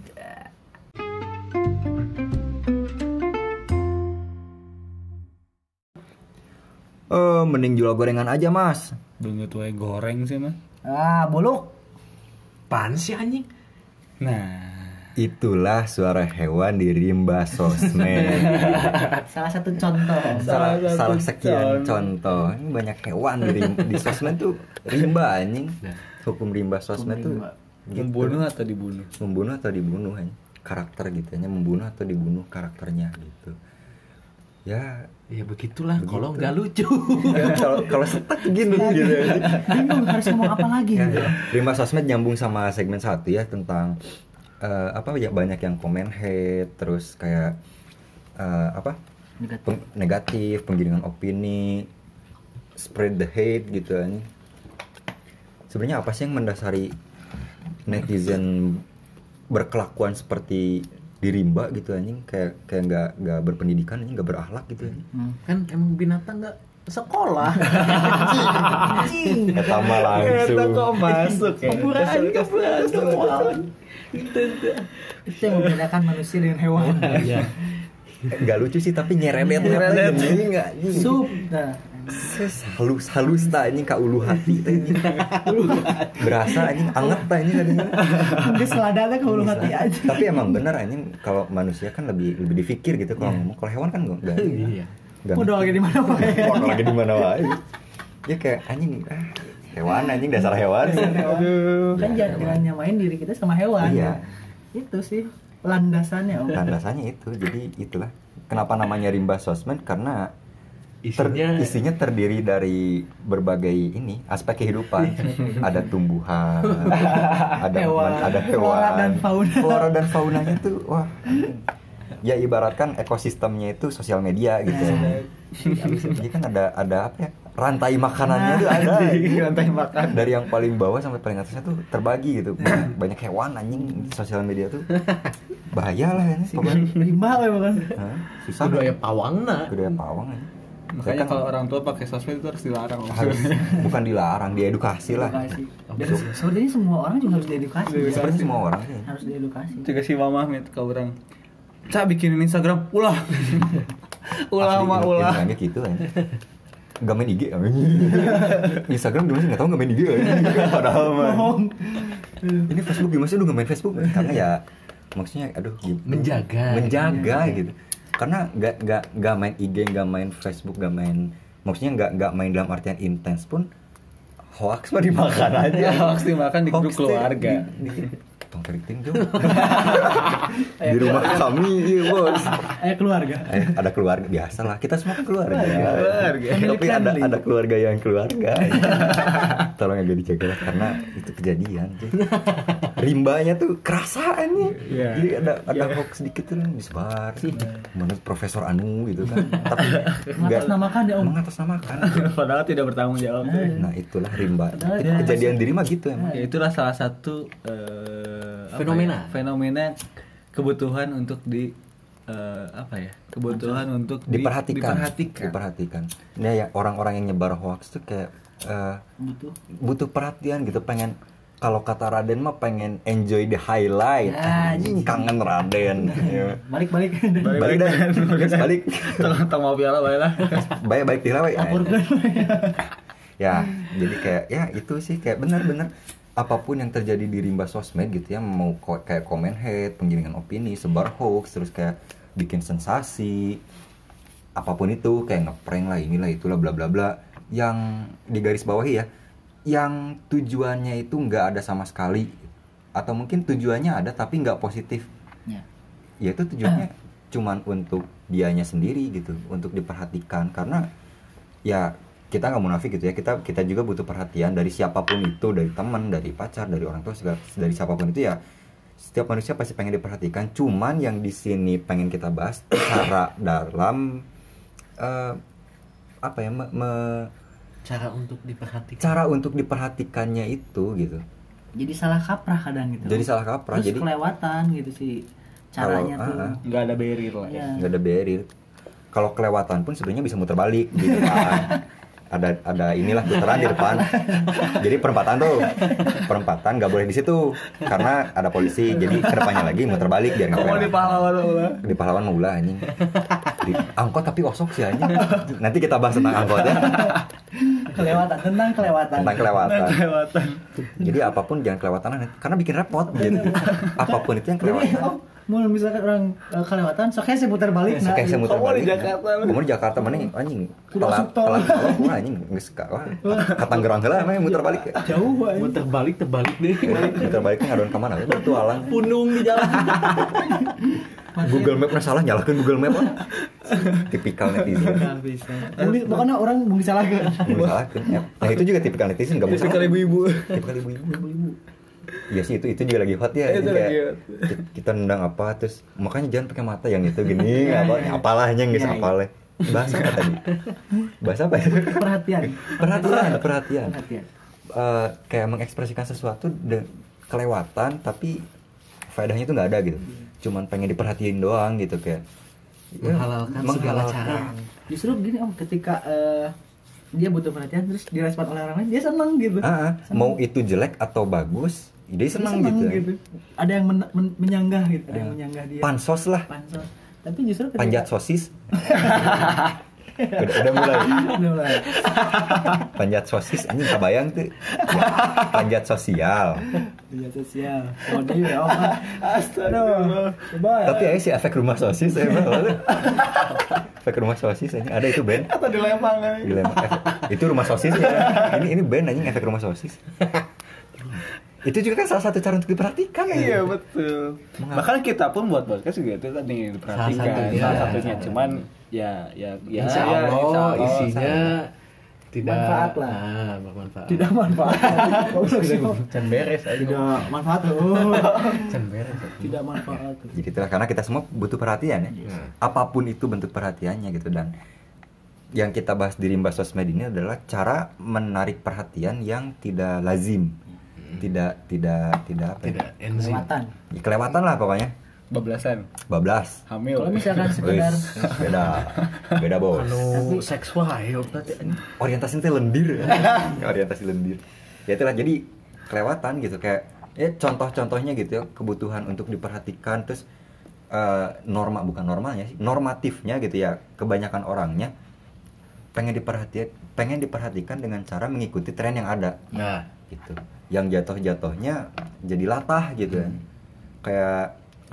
Mending jual gorengan aja mas. Banget wae goreng sih mah. Buluk. Pan sih anjing. Nah, itulah suara hewan di rimba sosmed. Salah satu contoh. Salah sekian contoh. Ini banyak hewan di sosmed tuh rimba anjing. Hukum rimba sosmed tuh gitu. Membunuh atau dibunuh? Membunuh atau dibunuh anjing. Karakter gitu, membunuh atau dibunuh karakternya gitu. Ya Ya begitulah kalau nggak lucu. kalau setak gini gitu. Bingung harus ngomong apa lagi gitu. Rimba Sosmed nyambung sama segmen 1 ya tentang apa ya, banyak yang komen hate, terus kayak apa negatif, penggiringan opini, spread the hate gitu kan. Sebenarnya apa sih yang mendasari netizen berkelakuan seperti di Rimba gitu anjing, kayak nggak berpendidikan, anjing, nggak berakhlak gitu anjing. Kan emang binatang nggak sekolah. Eta mah langsung kok masuk ya. Keburan semua. Itu yang membedakan manusia dengan hewan. Iya. nggak lucu sih tapi nyerempet ini nggak Sup. Nah, halus ta anjing ka ulu hati teh anjing. Berasa anjing anget ta anjing tadinya. dia seladanya ke ulu hati aja. Tapi emang bener anjing, kalau manusia kan lebih dipikir gitu kalau ngomong. Kalau hewan kan enggak. Iya. Udah lagi di mana wae. Udah lagi di mana wae. Ya kayak anjing hewan anjing, dasar hewan. Aduh. Kan jangan nyamain diri kita sama hewan. Iya. Itu sih landasannya. Landasannya itu. Jadi itulah kenapa namanya Rimba Sosmed, karena isinya terdiri dari berbagai ini aspek kehidupan. Ada tumbuhan, ada hewan, flora dan faunanya tuh wah. Ya ibaratkan ekosistemnya itu sosial media gitu. Jadi kan ada apa ya, rantai makanannya tuh ada. Rantai makan. Dari yang paling bawah sampai paling atasnya tuh terbagi gitu. Banyak hewan anjing di sosial media tuh. Bahaya lah ini pokoknya. Rimba bukan. Susah. Budaya pawangna. Budaya pawang aja. Makanya kalau orang tua pakai sosmed itu harus dilarang. Bukan dilarang, diedukasi lah. Dan sebenarnya semua orang juga harus diedukasi. Seperti semua orang sih. Harus diedukasi. Juga si Mama mit ke orang. Cak bikinin Instagram ulah. Bilangnya gitu kan. Gak main IG Instagram gimana sih, gak tau gak main IG padahal mah ini Facebook gimana sih lu gak main Facebook, karena ya maksudnya aduh menjaga gitu, karena gak main IG, gak main Facebook, gak main, maksudnya gak main dalam artian intens pun hoax mah dimakan aja. Hoax dimakan di grup keluarga. Tong terikin dong. Di rumah kami, iya bos. Keluarga. Ada keluarga biasa lah. Kita semua kan keluarga. Keluarga. Tapi ada keluarga yang keluarga. Tolong agak dijaga lah, karena itu kejadian. Rimbanya tuh kerasaan nih. Yeah. Jadi ada hoax sedikit tuh disebar. Menurut Profesor Anu gitu kan. Tapi mengatasnamakan ya Om. Mengatasnamakan. Padahal tidak bertanggung jawab. Nah itulah rimba. Itu kejadian diri mah gitu emang. Ya itulah salah satu fenomena kebutuhan untuk untuk diperhatikan. Nah ya, orang-orang yang nyebar hoax tuh kayak butuh perhatian gitu, pengen, kalau kata Raden mah pengen enjoy the highlight. Kangen Raden. Balik Balik. Tong mau piala bae lah. Baik dilawe. Ya, jadi kayak ya itu sih kayak benar-benar apapun yang terjadi di Rimba Sosmed gitu ya, mau kayak komen hate, penggiringan opini, sebar hoax, terus kayak bikin sensasi, apapun itu, kayak ngeprank lah, inilah itulah bla bla bla, yang digaris bawahi ya, yang tujuannya itu nggak ada sama sekali, atau mungkin tujuannya ada tapi nggak positif. Ya itu tujuannya cuman untuk dianya sendiri gitu, untuk diperhatikan, karena ya kita nggak munafik gitu ya, kita juga butuh perhatian dari siapapun itu, dari teman, dari pacar, dari orang tua, dari siapapun itu ya. Setiap manusia pasti pengen diperhatikan. Cuman yang di sini pengen kita bahas cara dalam cara untuk diperhatikannya itu gitu. Jadi salah kaprah kadang gitu. Jadi salah kaprah. Terus jadi kelewatan gitu sih caranya tuh. Nggak ada barrier lah. Ya. Nggak ada barrier. Kalau kelewatan pun sebenarnya bisa muter balik gitu kan. ada inilah putaran di depan. Jadi perempatan nggak boleh di situ karena ada polisi. Jadi kedepannya lagi muter balik biar nggak. Di pahlawan mau ulah anjing. Di angkot tapi osok sih anjing. Nanti kita bahas tentang angkot ya. Tentang kelewatan. Jadi apapun jangan kelewatan karena bikin repot gitu. Apapun itu yang kelewatan. Mau misalkan orang kelewatan, soknya saya putar balik. Kamu di Jakarta mana anjing? Pelan anjing geus ka. Ka Tangerang heula mah muter balik. Jauh anjing. Muter balik deh. Muter baliknya ngadon ka mana? Bertualang. Punung di jalan. Google Map salah, nyalakan Google Map. Tipikal netizen. Bisa. Pokoknya orang mau disalahkan. Disalahkan. Ya. Nah itu juga tipikal netizen, nggak mau salah. Tipikal ibu-ibu. Tipikal ibu-ibu. Iya sih itu juga lagi hot ya. Itu lagi hot. Kita nendang apa terus makanya jangan pakai mata yang itu gini apa apalahnya nggak apalnya. Bahasa apa tadi? Bahasa apa ya? Perhatian. Kayak mengekspresikan sesuatu kelewatan tapi faedahnya itu nggak ada gitu. Cuman pengen diperhatiin doang gitu kayak menghalalkan segala cara. Justru gini Om, ketika dia butuh perhatian terus direspon oleh orang lain dia senang gitu. Senang. Mau itu jelek atau bagus dia senang gitu. Ada yang menyanggah gitu, ada yang menyanggah dia. Pansos lah. Tapi justru ketika... Panjat sosis. udah mulai. Panjat sosis anjing kebayang tuh. Ya, panjat sosial. Oh dia ya Om. Astaga. Tapi aja sih efek rumah sosis efek rumah sosis ini ada itu band Atau dilempang. Itu rumah sosis ya. Ini band anjing efek rumah sosis. Itu juga kan salah satu cara untuk diperhatikan. Iya betul. Bahkan kita pun buat podcast juga itu tadi diperhatikan salah satunya. Cuman ya Insya Allah isinya tidak manfaat lah. Bermanfaat. Tidak manfaat. Can beres aja. Tidak manfaat. Can beres. Tidak manfaat. Jadi itulah karena kita semua butuh perhatian ya. Apapun itu bentuk perhatiannya gitu dan yang kita bahas di Rimba Sosmed ini adalah cara menarik perhatian yang tidak lazim. Tidak enzim. Kelewatan lah pokoknya. Bablas. Hamil. Kalau misalkan sekedar beda bos. Anu seks wae berarti Orientasi itu lendir. Orientasi lendir. Ya itulah jadi kelewatan gitu kayak contoh-contohnya gitu ya kebutuhan untuk diperhatikan terus bukan normalnya sih normatifnya gitu ya kebanyakan orangnya pengen diperhatikan dengan cara mengikuti tren yang ada. Nah, gitu. Yang jatuhnya jadi latah gitu kan. Kayak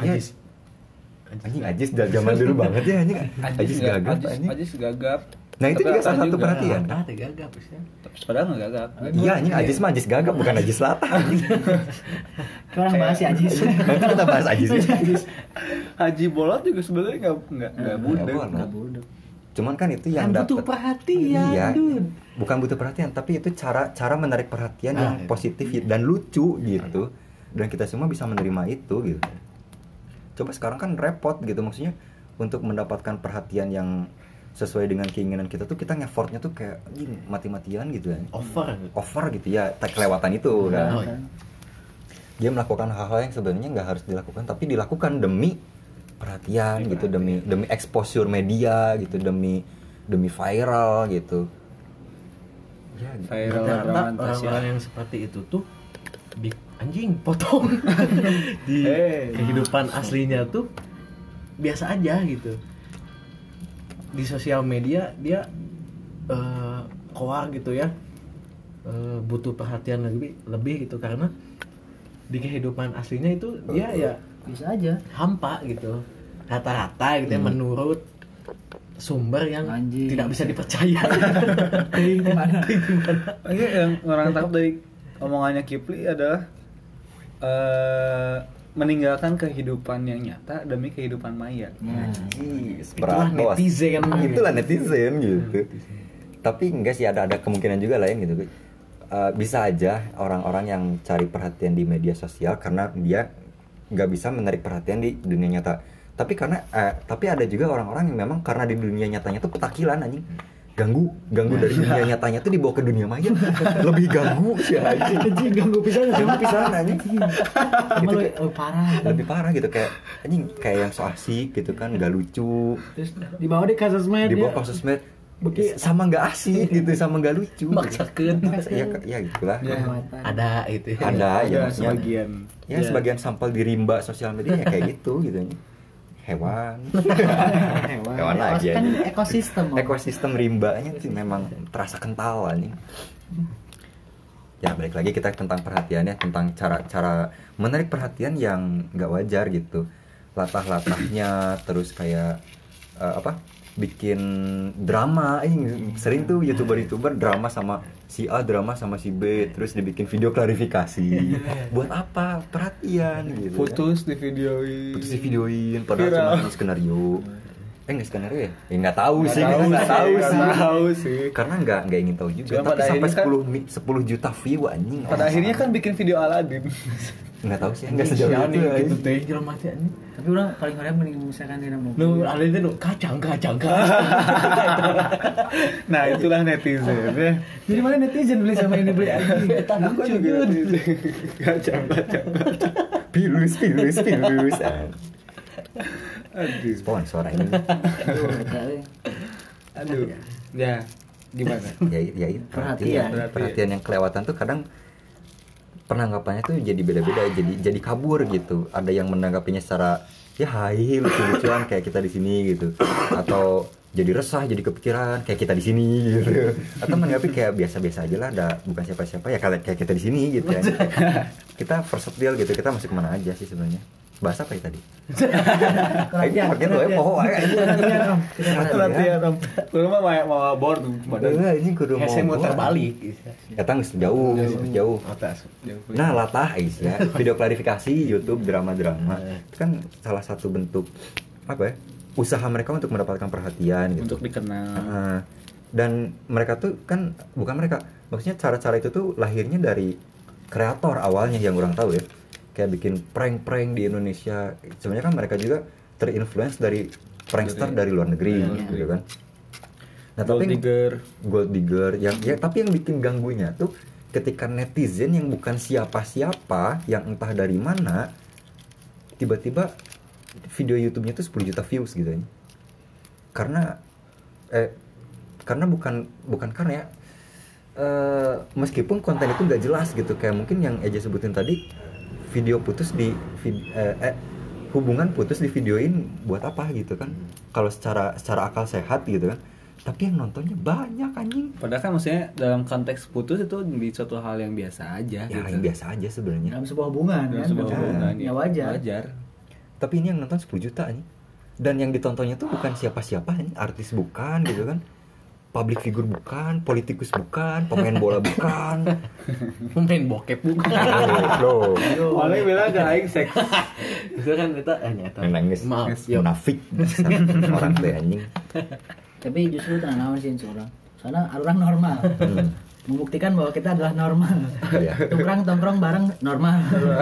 Ajis dari zaman dulu banget ya Ajis gagap. Nah itu juga salah satu perhatian. Ada gagap ya. Tapi padahal nggak gagap. Iya ini Ajis mah Ajis gagap bukan Ajis latah. Orang bahas si Ajis. Nanti kita bahas Ajis. Haji Bolot juga sebenarnya nggak budak. Cuman kan itu yang butuh perhatian. Iya. Bukan butuh perhatian, tapi itu cara menarik perhatian yang positif dan lucu gitu. Dan kita semua bisa menerima itu gitu. Coba sekarang kan repot gitu maksudnya untuk mendapatkan perhatian yang sesuai dengan keinginan kita tuh kita ngefortnya tuh kayak mati-matian gitu kan. Over gitu ya, tak kelewatan itu kan. Dia melakukan hal-hal yang sebenarnya nggak harus dilakukan tapi dilakukan demi perhatian gitu, demi exposure media gitu, demi viral gitu. Ya, viral orang-orang yang seperti itu tuh anjing potong di kehidupan aslinya tuh biasa aja gitu. Di sosial media dia koar gitu ya, butuh perhatian lebih gitu karena di kehidupan aslinya itu dia ya bisa aja hampa gitu rata-rata gitu ya menurut sumber yang tidak bisa dipercaya. Gimana? Yang orang tangkap dari omongannya Kipli adalah meninggalkan kehidupan yang nyata demi kehidupan maya. Itulah netizen gitu. Tapi enggak sih ada kemungkinan juga lain gitu. Bisa aja orang-orang yang cari perhatian di media sosial karena dia nggak bisa menarik perhatian di dunia nyata. Tapi ada juga orang-orang yang memang karena di dunia nyatanya tuh petakilan anjing. Ganggu dari dunia nyatanya tuh dibawa ke dunia maya. Lebih ganggu sih anjing. Ganggu pisan anjing. Itu lebih parah gitu kayak anjing kayak yang so asik gitu kan enggak lucu. Terus dibawa di kasus med. Sama nggak asik gitu, sama nggak lucu. Maksakeun. Ya gitulah. Ada itu. Ada ya sebagian. Ya sebagian sampel di rimba sosial media ya kayak gitu gitu. Hewan lagi kan aja. ekosistem rimbanya sih memang terasa kental nih. Ya balik lagi kita tentang perhatiannya, tentang cara menarik perhatian yang nggak wajar gitu, latah-latahnya terus kayak bikin drama. Sering tuh youtuber drama sama si A, drama sama si B, terus dibikin video klarifikasi. Buat apa? Perhatian gitu. Putus kan? di videoin padahal cuma skenario. Nggak skenario ya? Nggak tahu sih. Karena nggak ingin tahu juga. Cuma tapi sampai 10 juta view anjing. Pada akhirnya kan bikin video Aladin. Nggak tahu sih, nggak sejauh itu gitu teh jelema mati anjing. Tapi orang paling hoream mending misalkan dina mobil. Nu Aladin itu kacang. Nah, itulah netizen ya. Jadi mana netizen beli sama ini beli anjing. Aku juga kacang. Pilus. Aduh, sponsor ini. Aduh. Ya, gimana? Ya itu perhatian yang kelewatan tuh kadang penanggapannya tuh jadi beda-beda, jadi kabur gitu. Ada yang menanggapinya secara ya hai lucu-lucuan kayak kita di sini gitu, atau jadi resah, jadi kepikiran kayak kita di sini gitu, atau menanggapi kayak biasa-biasa aja lah, ada bukan siapa-siapa ya kayak kita di sini gitu ya. Kita versatile gitu, kita masuk kemana aja sih sebenarnya. Bahasa apa ya tadi? Kayaknya pakai tuh ya poho aja. Latihan om. Kudu mah mau board Enggak, ini kudu mau. Saya muter balik. Datang jauh. Atas. Nah, latah ya. Video klarifikasi YouTube drama-drama. Itu kan salah satu bentuk apa ya? Usaha mereka untuk mendapatkan perhatian gitu. Untuk dikenal. Dan mereka tuh kan bukan mereka. Maksudnya cara-cara itu tuh lahirnya dari kreator awalnya yang orang tahu ya. Kayak bikin prank-prank di Indonesia. Sebenarnya kan mereka juga terinfluence dari prankster dari luar negeri gitu kan. Nah, Gold digger yang ya tapi yang bikin ganggunya tuh ketika netizen yang bukan siapa-siapa, yang entah dari mana, tiba-tiba video YouTube-nya tuh 10 juta views gitu ya. Karena bukan karena ya meskipun konten itu nggak jelas gitu, kayak mungkin yang Eja sebutin tadi, video putus hubungan putus di videoin buat apa gitu kan, kalau secara akal sehat gitu kan, tapi yang nontonnya banyak anjing. Padahal kan maksudnya dalam konteks putus itu di suatu hal yang biasa aja ya, gitu. yang biasa aja sebenarnya dalam sebuah hubungan ya wajar. Tapi ini yang nonton 10 juta anjing, dan yang ditontonnya tuh bukan siapa-siapa anjing, artis bukan gitu kan, public figure bukan, politikus bukan, pemain bola bukan, pemain bokep bukan. Loh. Malah bilang gak aing seks. Itu kan kita nyata. Nangis. Maaf, munafik. Orang teh anjing. Tapi justru tenang sih seorang. Soalnya orang normal. Membuktikan bahwa kita adalah normal. Iya. Tongkrong bareng normal.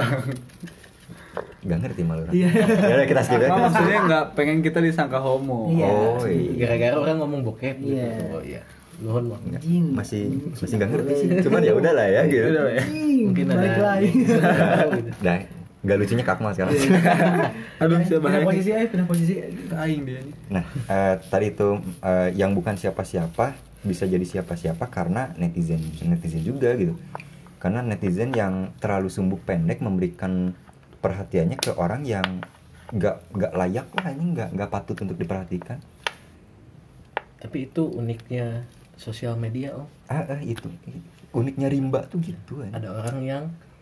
Gak ngerti malu. Iya. Ya kita skip ya. Maksudnya nggak pengen kita disangka homo. Iya. Oh iya. Gara-gara orang ngomong bokep gitu. Iya. Oh iya. Nuhun mah. Masih nggak ngerti sih. Cuman ya udahlah ya gitu. Mungkin ada. Balik lagi. Nah, nggak lucunya Kak Mas sekarang. Aduh, siapa pindah posisi. Aing dia. Nah, tadi itu yang bukan siapa-siapa bisa jadi siapa-siapa karena netizen juga gitu. Karena netizen yang terlalu sumbu pendek memberikan perhatiannya ke orang yang nggak layak lah, ini nggak patut untuk diperhatikan. Tapi itu uniknya sosial media om. Itu uniknya rimba tuh gitu kan. Ada orang yang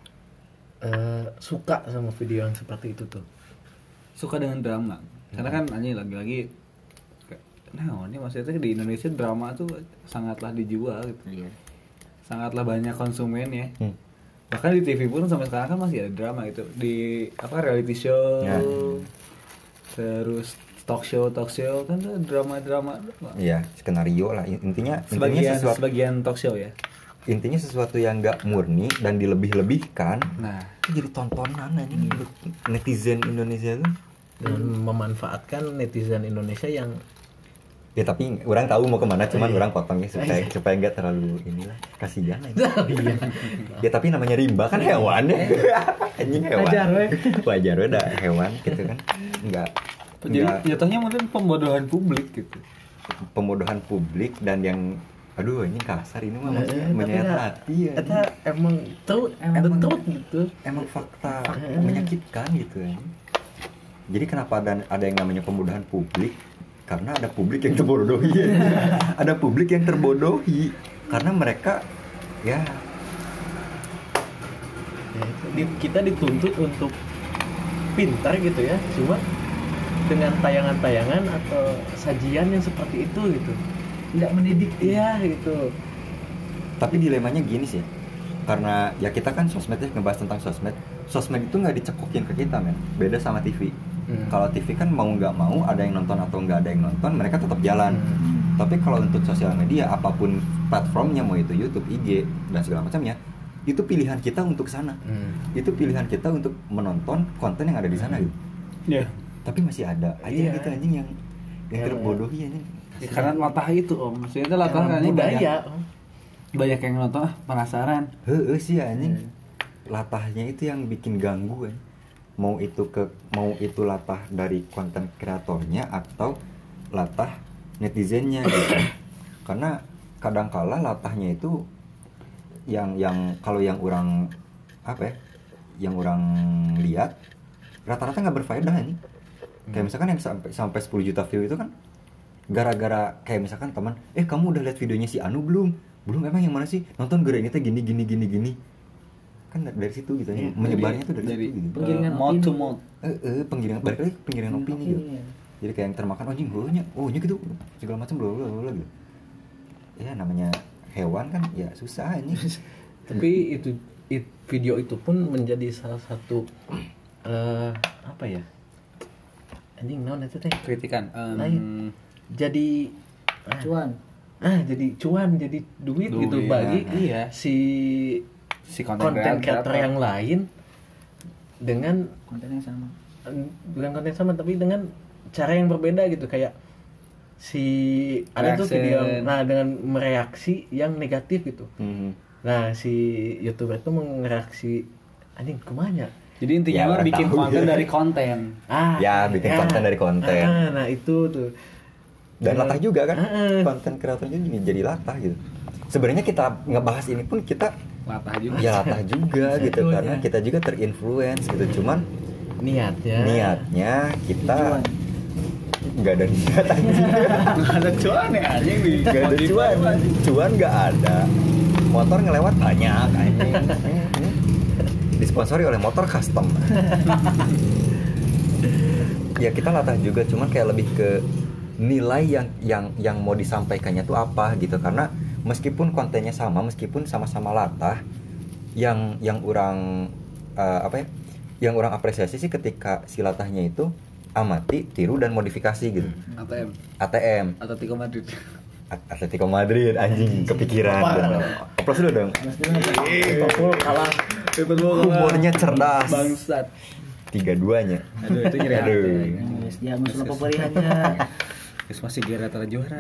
suka sama video yang seperti itu tuh. Suka dengan drama. Karena kan anjing lagi-lagi nah ini maksudnya di Indonesia drama tuh sangatlah dijual gitu. Sangatlah banyak konsumen ya. Bahkan di TV pun sampai sekarang kan masih ada drama gitu, di reality show ya. Terus talk show kan drama iya, skenario lah intinya sebagian talk show ya, intinya sesuatu yang nggak murni dan dilebih-lebihkan. Nah itu jadi tontonan ini netizen Indonesia tuh, dan memanfaatkan netizen Indonesia yang ya tapi orang tahu mau kemana, cuman orang potongnya supaya nggak terlalu inilah, kasihan aja. Ya tapi namanya rimba kan hewan ya. Anjing hewan. Wajar we dah hewan gitu kan. Jadi jatuhnya mungkin pembodohan publik gitu. Pembodohan publik dan yang aduh ini kasar ini mah maksudnya menyayat hati ya. Eta emang betul gitu. Emang fakta menyakitkan gitu ya. Jadi kenapa ada yang namanya pembodohan publik? Karena ada publik yang terbodohi. Ada publik yang terbodohi karena mereka ya kita dituntut untuk pintar gitu ya, cuma dengan tayangan-tayangan atau sajian yang seperti itu gitu. Tidak mendidik. Iya gitu. Tapi dilemanya gini sih, karena ya kita kan sosmednya ngebahas tentang sosmed itu nggak dicekokin ke kita men, beda sama TV. Kalau TV kan mau nggak mau ada yang nonton atau nggak ada yang nonton, mereka tetap jalan. Tapi kalau untuk sosial media apapun platformnya, mau itu YouTube, IG dan segala macamnya, itu pilihan kita untuk sana. Itu pilihan kita untuk menonton konten yang ada di sana gitu. Iya. Tapi masih ada aja gitu anjing yang terbodohi anjing. Ya, karena latah itu om, maksudnya itu latah kan budaya. Banyak yang nonton penasaran. Heeh sih anjing. Latahnya itu yang bikin ganggu kan. Mau itu latah dari konten kreatornya atau latah netizennya gitu. Karena kadangkala latahnya itu yang kalau yang orang apa ya? Yang orang lihat rata-rata nggak berfaedah ini. Kayak misalkan yang sampai 10 juta view itu kan gara-gara kayak misalkan teman, kamu udah lihat videonya si Anu belum? Emang yang mana sih? Nonton gara ini teh gini. Kan dari situ gitu ya. Menyebarnya tuh dari situ gitu. Penggiringan Mouth to opini. mouth. Penggiringan balik lagi penggiringan opini gitu. Jadi kayak yang termakan anjing nya gitu segala macam bla gitu. Ya namanya hewan kan ya susah anjing. Tapi itu video itu pun menjadi salah satu apa ya? Anjing naon itu teh? Kritikan. Jadi Cuan. jadi cuan, jadi duit gitu bagi iya. si konten creator yang lain dengan Konten yang sama. bukan konten sama tapi dengan cara yang berbeda gitu, kayak si ada tuh video dengan mereaksi yang negatif gitu. Nah si YouTuber itu mereaksi anjing kemana? Jadi intinya mah bikin konten dari konten. Bikin konten dari konten. Nah itu tuh. Dan latah juga kan, konten kreatornya jadi latah gitu. Sebenarnya kita ngebahas ini pun kita Latah juga. Ya latah juga gitu, karena kita juga terinfluence gitu. Cuman niatnya kita nggak ada niat anjing. Nggak ada cuan ya anjing nih. Nggak ada cuan nggak ada. Motor ngelewat banyak anjing. Disponsori oleh motor custom. Ya kita latah juga, cuman kayak lebih ke nilai yang mau disampaikannya tuh apa gitu. Karena meskipun kontennya sama, meskipun sama-sama latah, yang orang yang orang apresiasi sih ketika si latahnya itu amati, tiru dan modifikasi gitu. ATM Atletico Madrid anjing kepikiran. Oplos dulu dong. Liverpool kalah. Humornya cerdas. Bangsat. 3-2-nya. Aduh itu nyeri hati. Ya musuh pemberiannya. Terus masih Gerrard juara.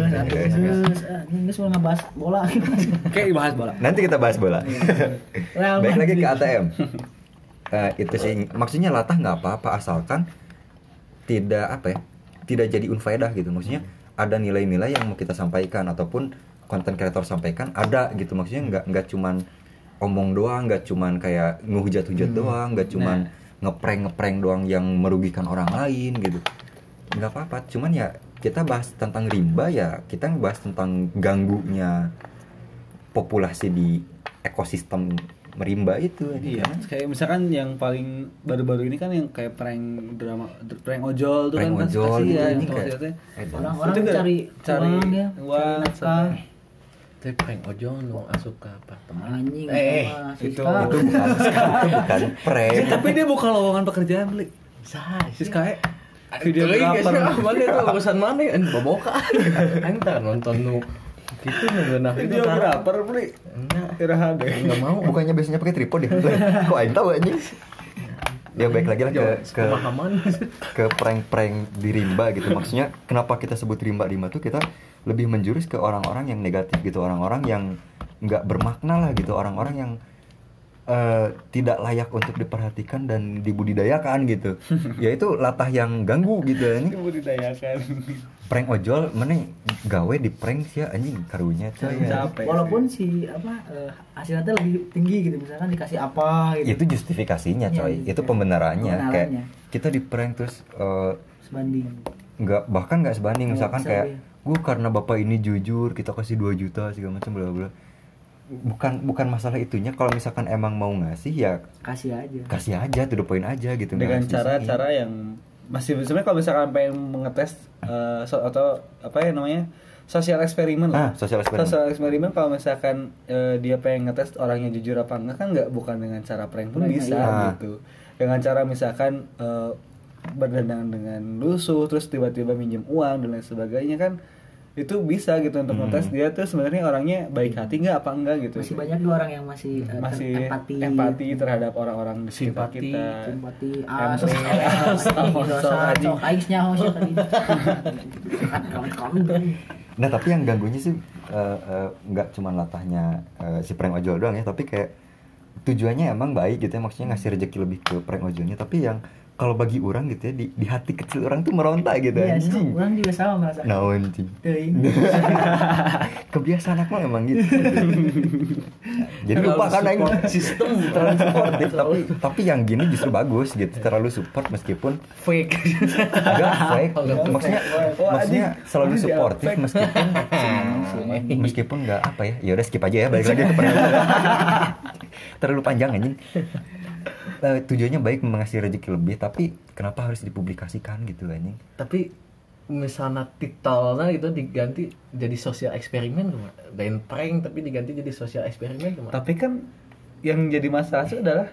Enggak semua ngebahas bola. Kayak dibahas bola. Nanti kita bahas bola. Baik lagi ke ATM. Itu sih maksudnya latah nggak apa-apa asalkan tidak jadi unfaedah gitu. Maksudnya ada nilai-nilai yang mau kita sampaikan ataupun konten kreator sampaikan ada gitu. Maksudnya nggak cuman omong doang, nggak cuman kayak ngehujat-hujat doang, nggak cuman ngeprank doang yang merugikan orang lain gitu. Nggak apa-apa, cuman ya kita bahas tentang rimba, ya kita bahas tentang ganggunya populasi di ekosistem rimba itu. Iya, kayak misalkan yang paling baru-baru ini kan yang kayak prank ojol tuh prank kan ojol kasih ya ini itu kayak maksudnya. Orang-orang Itu cari uang ya, uang nafkah. Tapi prank ojol nu asup ke apartemen. Anjing itu bukan prank. tapi dia buka lowongan pekerjaan beli. Siska videographer mana itu urusan mana boboka anta nonton nu gitu ngeunah videographer beli kira deh enggak mau. Bukannya biasanya pakai tripod ya? Kok aing tahu anjing. Ya baik lagi lah ke prank-prank di rimba gitu. Maksudnya kenapa kita sebut rimba tuh kita lebih menjurus ke orang-orang yang negatif gitu, orang-orang yang nggak bermakna lah gitu, orang-orang yang tidak layak untuk diperhatikan dan dibudidayakan gitu. Ya itu latah yang ganggu gitu ini. Dibudidayakan. Prank ojol mending gawe di prank sih anjing karunya coy. Capek. Walaupun si hasilnya tuh lebih tinggi gitu, misalkan dikasih apa gitu. Itu justifikasinya coy. Itu pembenarannya. Kayak kita di prank terus sebanding. Bahkan nggak sebanding, misalkan kayak gue karena bapak ini jujur kita kasih 2 juta segala macam bla bla. Bukan masalah itunya, kalau misalkan emang mau ngasih ya kasih aja to the point aja gitu, dengan cara-cara yang masih sebenarnya kalau misalkan pengen mengetes atau apa ya namanya sosial eksperimen lah. Sosial eksperimen kalau misalkan dia pengen ngetes orangnya jujur apa enggak kan bukan dengan cara prank pun bisa gitu. Dengan cara misalkan berdandangan dengan lusuh terus tiba-tiba minjem uang dan lain sebagainya kan itu bisa gitu untuk ngetes dia tuh sebenarnya orangnya baik hati nggak apa enggak gitu. Masih banyak dua orang yang masih empati terhadap orang-orang di sekitar kita. Simpati. Nah tapi yang ganggunya sih nggak cuma latahnya si prank ojol doang ya, tapi kayak tujuannya emang baik gitu ya, maksudnya ngasih rezeki lebih ke prank ojolnya, tapi yang kalau bagi orang gitu ya di hati kecil orang tuh meronta gitu. Iya, orang juga sama merasa. Nah, anjing. Kebiasaan aku emang gitu. Jadi lupa kan aing sistem terlalu supportif, tapi yang gini justru bagus gitu, terlalu support meskipun fake. Enggak fake. Maksudnya selalu supportif meskipun enggak apa ya. Ya udah skip aja ya, balik lagi ke prank. Terlalu panjang anjing. Tujuannya baik mengasih rezeki lebih, tapi kenapa harus dipublikasikan gitu anjing? Tapi misalnya titelnya gitu diganti jadi sosial eksperimen cuma dan prank tapi diganti jadi sosial eksperimen cuma. Tapi kan yang jadi masalah itu adalah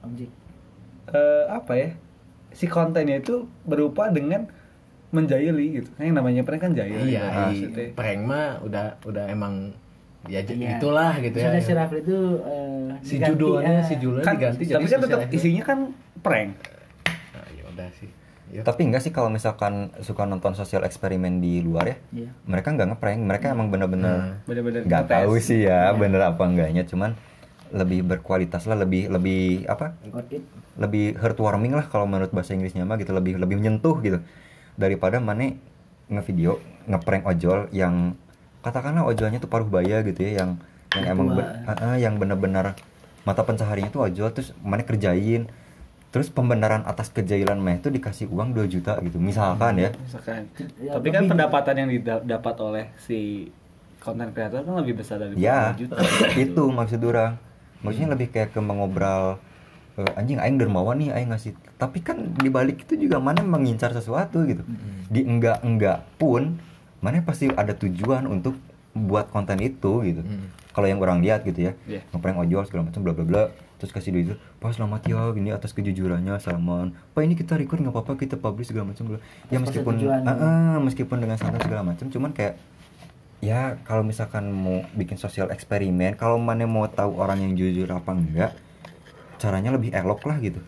apa ya? Si kontennya itu berupa dengan menjahili gitu. Yang namanya prank kan jahil. Iya, prank mah udah emang ya itulah gitu ya. Sudah si Rafli itu si judulnya kan, diganti tapi kan tetap isinya kan prank. Nah, ya udah sih. Ya. Tapi enggak sih kalau misalkan suka nonton sosial eksperimen di luar ya. Iya. Mereka enggak ngeprank, mereka emang bener-bener enggak tahu sih ya bener apa enggaknya, cuman lebih berkualitas lah, lebih apa? Lebih heartwarming lah kalau menurut bahasa Inggrisnya mah gitu, lebih menyentuh gitu. Daripada mana ngevideo ngeprank ojol yang katakanlah ojolnya tuh paruh baya gitu ya, yang emang yang benar-benar mata pencahariannya tuh ojol, terus mana kerjain, terus pembenaran atas kejailan mah itu dikasih uang 2 juta gitu misalkan ya. Tapi kan pendapatan yang didapat oleh si konten kreator kan lebih besar dari 2 juta. Itu maksud orang, maksudnya lebih kayak ke mengobrol anjing aing dermawan nih aing ngasih, tapi kan dibalik itu juga mana mengincar sesuatu gitu. Di enggak pun mana pasti ada tujuan untuk buat konten itu gitu. Kalau yang orang lihat gitu ya, ngeprank ojol segala macam bla bla bla, terus kasih duit itu, "Pak selamat ya gini atas kejujurannya Salman. Pak ini kita record enggak apa-apa, kita publish segala macam." Ya meskipun dengan santai segala macam, cuman kayak ya kalau misalkan mau bikin sosial eksperimen, kalau mana mau tahu orang yang jujur apa enggak, caranya lebih elok lah gitu.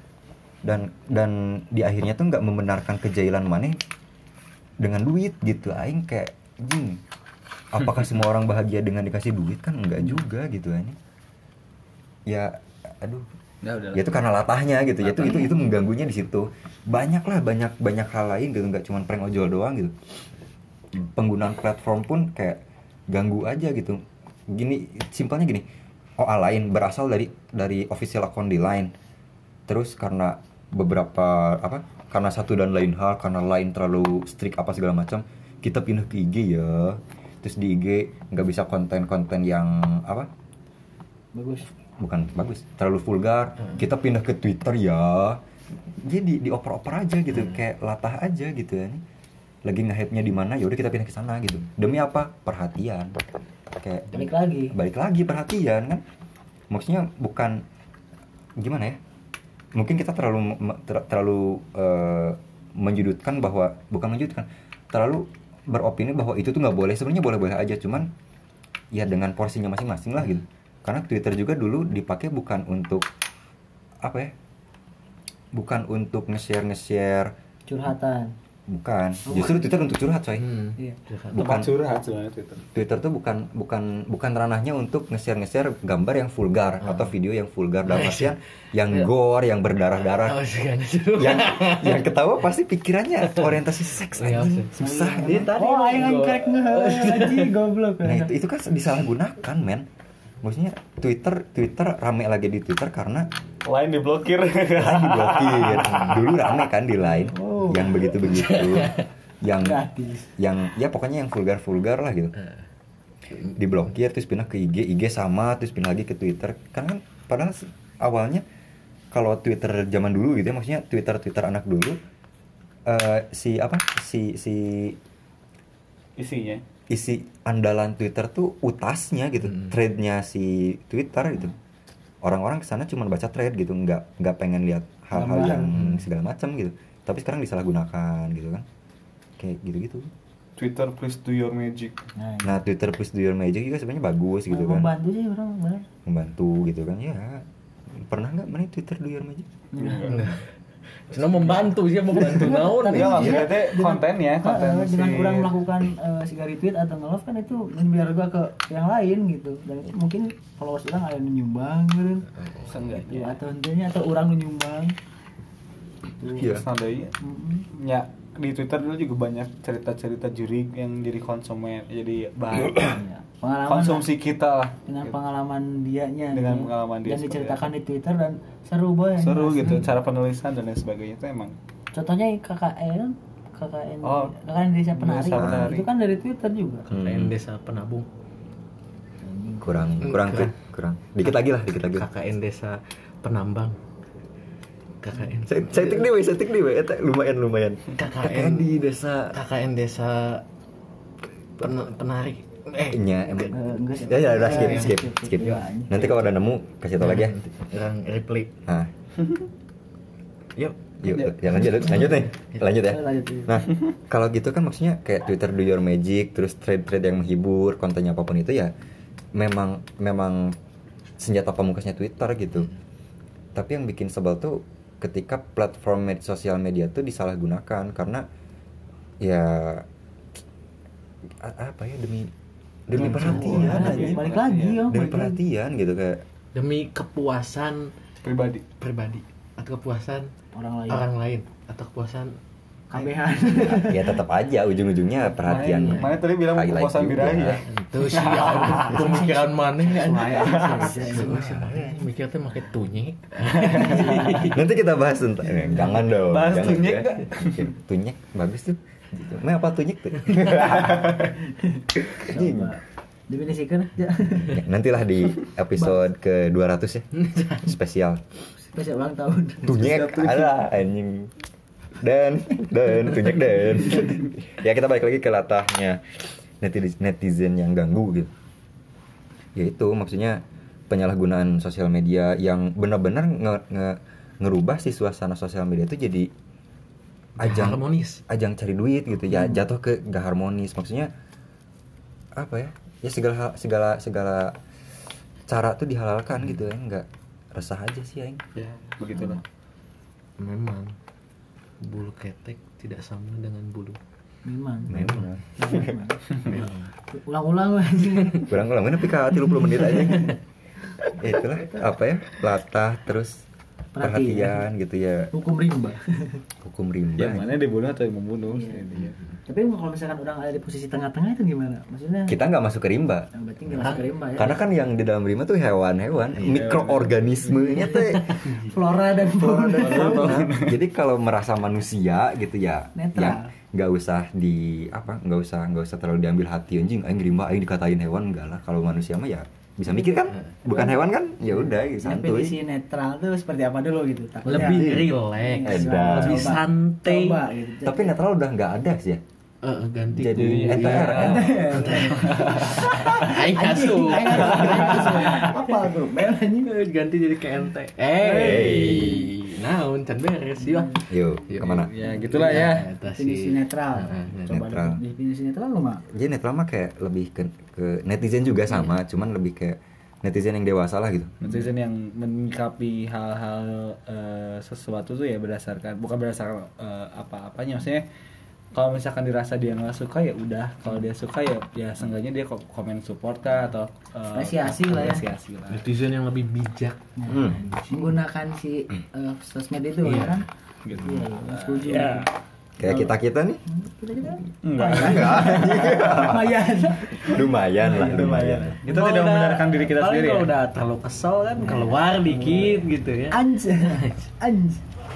Dan di akhirnya tuh enggak membenarkan kejailan mana dengan duit gitu. Aing kayak apakah semua orang bahagia dengan dikasih duit? Kan enggak juga gitu ini. Ya aduh. Ya itu karena latahnya gitu. Ya itu mengganggunya di situ. Banyak hal lain gitu, enggak cuma prank ojol doang gitu. Penggunaan platform pun kayak ganggu aja gitu. Gini, simpelnya gini. OA lain berasal dari official account di Line. Terus karena beberapa karena satu dan lain hal, karena Line terlalu strict apa segala macam, kita pindah ke IG ya. Terus di IG nggak bisa konten-konten yang bukan bagus, terlalu vulgar. Kita pindah ke Twitter ya. Jadi dioper-oper aja gitu, kayak latah aja gitu ya. Lagi nge-hype-nya di mana, ya udah kita pindah ke sana gitu. Demi apa? Perhatian. Kayak balik lagi perhatian kan. Maksudnya bukan gimana ya? Mungkin kita terlalu menjudutkan bahwa terlalu beropini bahwa itu tuh nggak boleh. Sebenarnya boleh-boleh aja, cuman ya dengan porsinya masing-masing lah gitu. Karena Twitter juga dulu dipakai bukan untuk bukan untuk nge-share curhatan. Bukan. Justru Twitter untuk curhat, coy. Bukan curhat sebenarnya Twitter. Twitter tuh bukan ranahnya untuk nge-share gambar yang vulgar atau video yang vulgar dalam artian yang gore, yang berdarah-darah. yang ketawa pasti pikirannya orientasi seks aja. Susah. Aing krek anjing goblok. Nah, itu kan disalahgunakan, men. Maksudnya Twitter rame lagi di Twitter karena Line diblokir. Dulu rame kan di Line yang begitu-begitu. yang ya pokoknya yang vulgar lah gitu. Diblokir terus pindah ke IG sama, terus pindah lagi ke Twitter. Karena kan padahal awalnya kalau Twitter zaman dulu gitu ya, maksudnya Twitter anak dulu si isinya isi andalan Twitter tuh utasnya gitu, threadnya si Twitter gitu. Orang-orang kesana cuma baca thread gitu, nggak pengen lihat hal-hal yang segala macam gitu. Tapi sekarang disalahgunakan gitu kan, kayak gitu-gitu. Twitter please do your magic. Nah Twitter please do your magic juga sebenarnya bagus gitu kan. Membantu sih orang benar. Membantu gitu kan ya. Pernah nggak main Twitter do your magic? Cuma membantu sih, membantu naon Ya maksudnya teh konten dengan kurang melakukan sigari tweet atau nge-love kan itu biar gua ke yang lain gitu. Dan itu mungkin followers orang ada yang nyumbang gitu. Seenggaknya Atau intinya atau orang nyumbang. Iya. Seandainya ya di Twitter dulu juga banyak cerita-cerita jurik yang jadi konsumen, jadi bahan Pengalaman konsumsi kita lah. dengan gitu. pengalaman dianya Dengan gitu. pengalaman dia dan seperti diceritakan di Twitter dan seru banget. Seru gitu, cara penulisan dan lain sebagainya itu emang. Contohnya KKN Desa Penari. Desa Penari. Itu kan dari Twitter juga. KKN Desa Penabung. kurang. Dikit lagi lah. KKN Desa Penambang. KKN. Saya tik di we, eta lumayan. KKN di desa Desa Penari. nya Enggak sih. ya udah skip. Iya. Nanti kalau udah nemu kasih tau lagi ya. Orang reply. Nah, Yuk. ya lanjut nih. Lanjut ya. Lanjut. Nah, kalau gitu kan maksudnya kayak Twitter do your magic, terus thread yang menghibur, kontennya apapun itu ya memang senjata pamungkasnya Twitter gitu. Tapi yang bikin sebel tuh ketika platform sosial media tuh disalahgunakan karena ya apa ya demi perhatian aja. Balik lagi yo. Demi perhatian gitu kayak Demi kepuasan Pribadi atau kepuasan Orang lain. atau kepuasan Kabehan. ya tetap aja ujung-ujungnya perhatian. Mana tadi bilang highlight kepuasan juga. birahi ya. itu sih pemikiran mana ya Semuanya. mikir tuh makai tunyek. Nanti kita bahas tentang jangan dong. Bahas jangan, tunyek ya. nggak? Tunyek bagus tuh. Gitu. Apa tunyek tuh? Definisikan aja. Ya, nantilah di episode ke-200 ya. Spesial. Spesial ulang tahun. Tunyek ada anjing. Dan tunyek dan. Ya kita balik lagi ke latahnya netizen yang ganggu gitu. Ya itu maksudnya penyalahgunaan sosial media yang benar-benar ngerubah si suasana sosial media itu jadi ajang cari duit gitu ya, jatuh ke gak harmonis. Maksudnya apa ya? Ya segala cara tuh dihalalkan gitu ya, nggak resah aja sih aing. Ya, begitulah. Memang bulu ketek tidak sama dengan bulu. Memang. Memang. Ulang-ulang anjing. Kurang-kurang tapi ka 30 menit aja. Itulah apa ya? Latah terus perhatian gitu ya. Hukum rimba. Hukum rimba. Yang mana dibunuh atau yang membunuh? Iya. Tapi kalau misalkan orang ada di posisi tengah-tengah itu gimana? Maksudnya Kita nggak masuk ke rimba. berarti nggak masuk ke rimba ya. Karena kan yang di dalam rimba tuh hewan-hewan, mikroorganismenya teh Flora dan fauna. Jadi kalau merasa manusia gitu ya, Netral. ya nggak usah nggak usah terlalu diambil hati anjing. Aing rimba, aing dikatain hewan enggak lah. Kalau manusia mah ya bisa mikir kan, bukan hewan kan? Ya udah, santuy. Definisi netral tuh seperti apa dulu gitu? Takutnya Lebih relax, Edan. lebih santai. Coba, gitu. Tapi netral udah nggak ada sih ya. Ganti Jadi ku NTR. Aing asuh. Apa grup band anjing? Ganti jadi KNT. Naon can beres yuk. Yuk, kemana? Ya gitulah ya. Definisi netral. Coba Netral. definisi netral lu mah. Jadi netral mah kayak lebih ke netizen juga sama, cuman lebih kayak netizen yang dewasa lah gitu. Netizen yang menyikapi hal-hal sesuatu tuh ya bukan berdasarkan apa-apanya, maksudnya kalau misalkan dirasa dia nggak suka ya udah, kalau dia suka ya seenggaknya dia komen support kah atau Apresiasi lah ya. Netizen yang lebih bijak. Menggunakan si sosmed itu kan. Gitu. Iya, setuju. Ya. Kayak kita nih. Enggak. Lumayan. Lumayan. Kita tidak membenarkan diri kita sendiri Kalau ya. udah terlalu kesel kan keluar dikit gitu ya. Anj.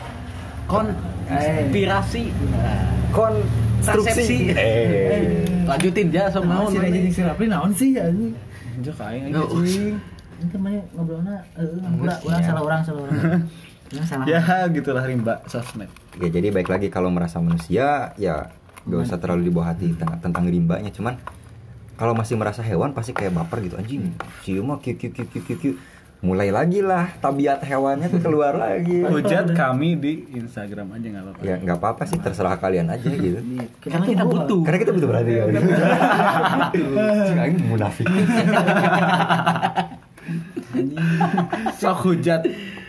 Konspirasi. Konstruksi. Lanjutin aja sama Naon sih anjing si Rapli naon sih anjing. Anjir kain anjing. Ini temannya ngobrolnya urang salah orang. salah. Ya gitulah rimba sosmed. Ya jadi baik lagi kalau merasa manusia ya gak usah terlalu dibawa hati tentang rimbanya. Cuman kalau masih merasa hewan pasti kayak baper gitu, anjing cium mah kiu. Mulai lagi lah tabiat hewannya tuh keluar lagi. Hujat kami di Instagram aja nggak apa-apa. Ya nggak apa-apa sih, terserah kalian aja gitu. Karena kita butuh. Karena kita butuh perhatian. Ini munafik. Sok hujat.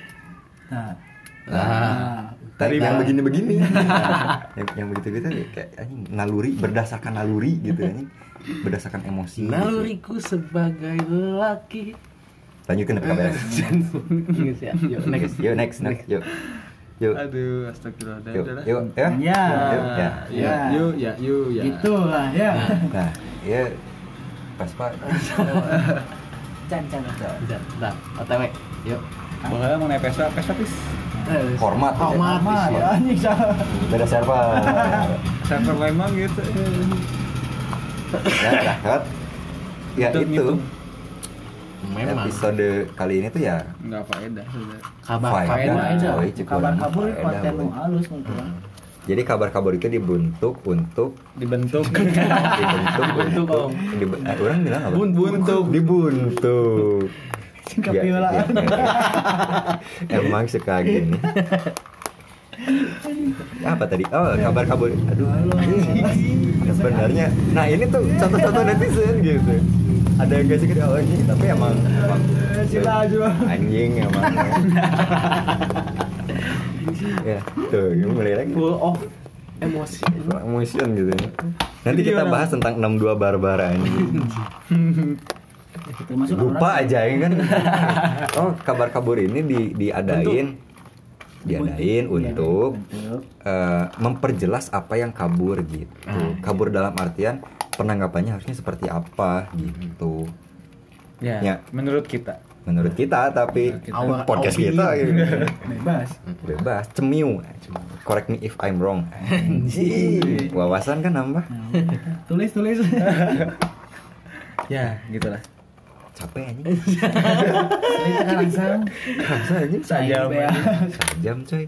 Nah, tadi yang begini-begini. yang begitu-gitu kayak anjing naluri, berdasarkan naluri gitu anjing. Berdasarkan emosi. Naluriku sebagai lelaki. Lanjutkan ke KBS. Yuk next. Yuk. Aduh, astagfirullah. Yuk, ya. Yuk. Itulah ya. Nah, ya pas Pak. Can. Dah, OTW. Yuk. Boleh mau naik pesta pis. Format. Ya anjing salah. Beda server. Server Lembang gitu. Ya, cut. Ya itu. Ngitung. Memang Episode kali ini tuh ya Enggak faedah sudah. kabar faedah, coy, Kabar kabur faedah, konten boy. nu halus mungkin. Jadi kabar kabur itu dibentuk untuk Dibentuk. orang bilang apa? Dibuntuk. Singkat Ya, piola. Emang suka gini. Apa tadi? Oh, kabar kabur. Aduh. Sebenarnya, nah ini tuh contoh-contoh netizen gitu. Ada yang kasih ke awal ini, tapi emang anjing emang. Ya, tuh, mulai lagi. full of emosi. Emotion gitu. Nanti kita bahas tentang 62 Barbara ini. Termasuk Lupa aja ya kan. Oh, kabar kabur ini diadain untuk memperjelas apa yang kabur gitu. Kabur dalam artian penanggapannya harusnya seperti apa gitu. Ya, menurut kita. Menurut kita, tapi Our podcast opinion. kita gitu. bebas. Cemiu. Correct me if I'm wrong. Anjing. Wawasan kan nambah. Tulis. Ya, gitulah. Capek anjing. Itu kan langsung. Kerasa anjing. Sajam. Sajam coy.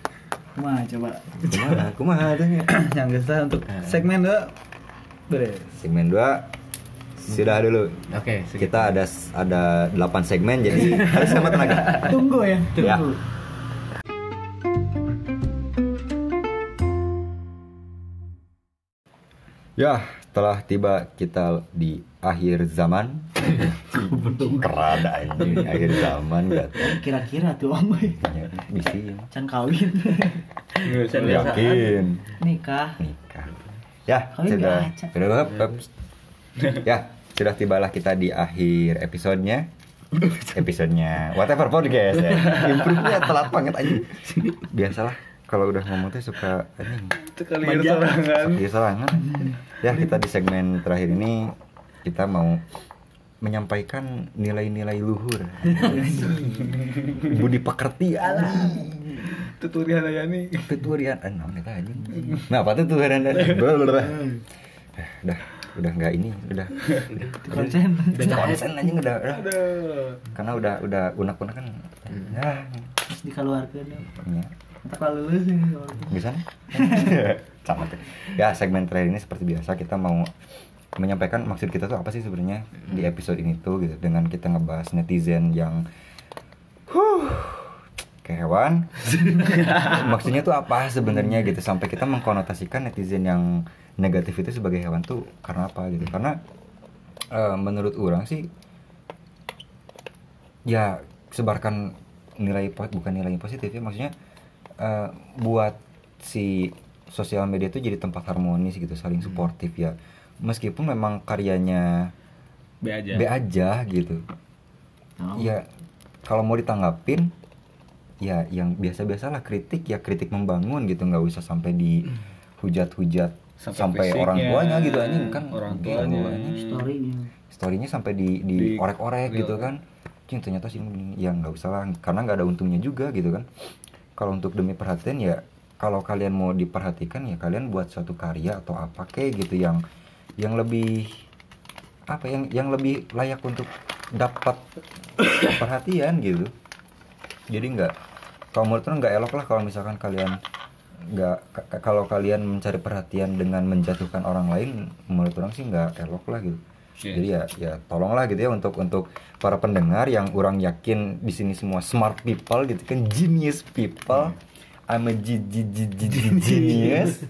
Kumaha tuh. Yang kita untuk segmen 2 beres. Segmen 2 sudah dulu. Oke, Kita ada 8 segmen jadi harus sama tenaga. Tunggu ya. Ya. Ya, telah tiba kita di akhir zaman. Kerada ini akhir zaman datang. Kira-kira tuh om Ya, bisa. can kawin. Yakin. Nikah. Ya, Kawin sudah. gacha. Ya, sudah tibalah kita di akhir episodenya. Whatever podcast ya. Improve-nya telat banget aja. Biasalah kalau udah ngomong tuh suka anjing. Sekali serangan. Iya serangan. Ya, kita di segmen terakhir ini kita mau menyampaikan nilai-nilai luhur. Budi pekerti alah. Tuturian aja nih. Tuturian naon eta anjing. Nah, apa tuh tuturian? Udah enggak ini, udah Konsen. konsen anjing udah. Karena udah unek-unek kan. Ya, Terus dikeluarkan. ya. Entar kalau lulus nih. Bisa? Sama tuh. Ya, segmen terakhir ini seperti biasa kita mau menyampaikan maksud kita tuh apa sih sebenarnya di episode ini tuh gitu, dengan kita ngebahas netizen yang kayak hewan. Maksudnya tuh apa sebenarnya gitu, sampai kita mengkonotasikan netizen yang negatif itu sebagai hewan tuh karena apa gitu. Karena menurut orang sih ya sebarkan bukan nilai positif ya, maksudnya buat si sosial media itu jadi tempat harmonis gitu, saling suportif ya, meskipun memang karyanya B aja gitu. Ya kalau mau ditanggapin ya yang biasa-biasalah, kritik ya kritik membangun gitu, nggak usah sampai dihujat-hujat sampai orang tuanya gitu anjing kan, orang tuanya story-nya sampai di orek-orek gitu kan. Cing ternyata sih ya nggak usah lah, karena nggak ada untungnya juga gitu kan. Kalau untuk demi perhatian ya, kalau kalian mau diperhatikan ya kalian buat suatu karya atau apa kayak gitu yang lebih apa yang lebih layak untuk dapat perhatian gitu. Jadi nggak kalau menurut orang nggak elok lah kalau misalkan kalian kalau kalian mencari perhatian dengan menjatuhkan orang lain, menurut orang sih nggak elok lah gitu. Jadi ya tolonglah gitu ya untuk para pendengar yang orang yakin di sini semua smart people gitu kan, genius people. I'm a genius.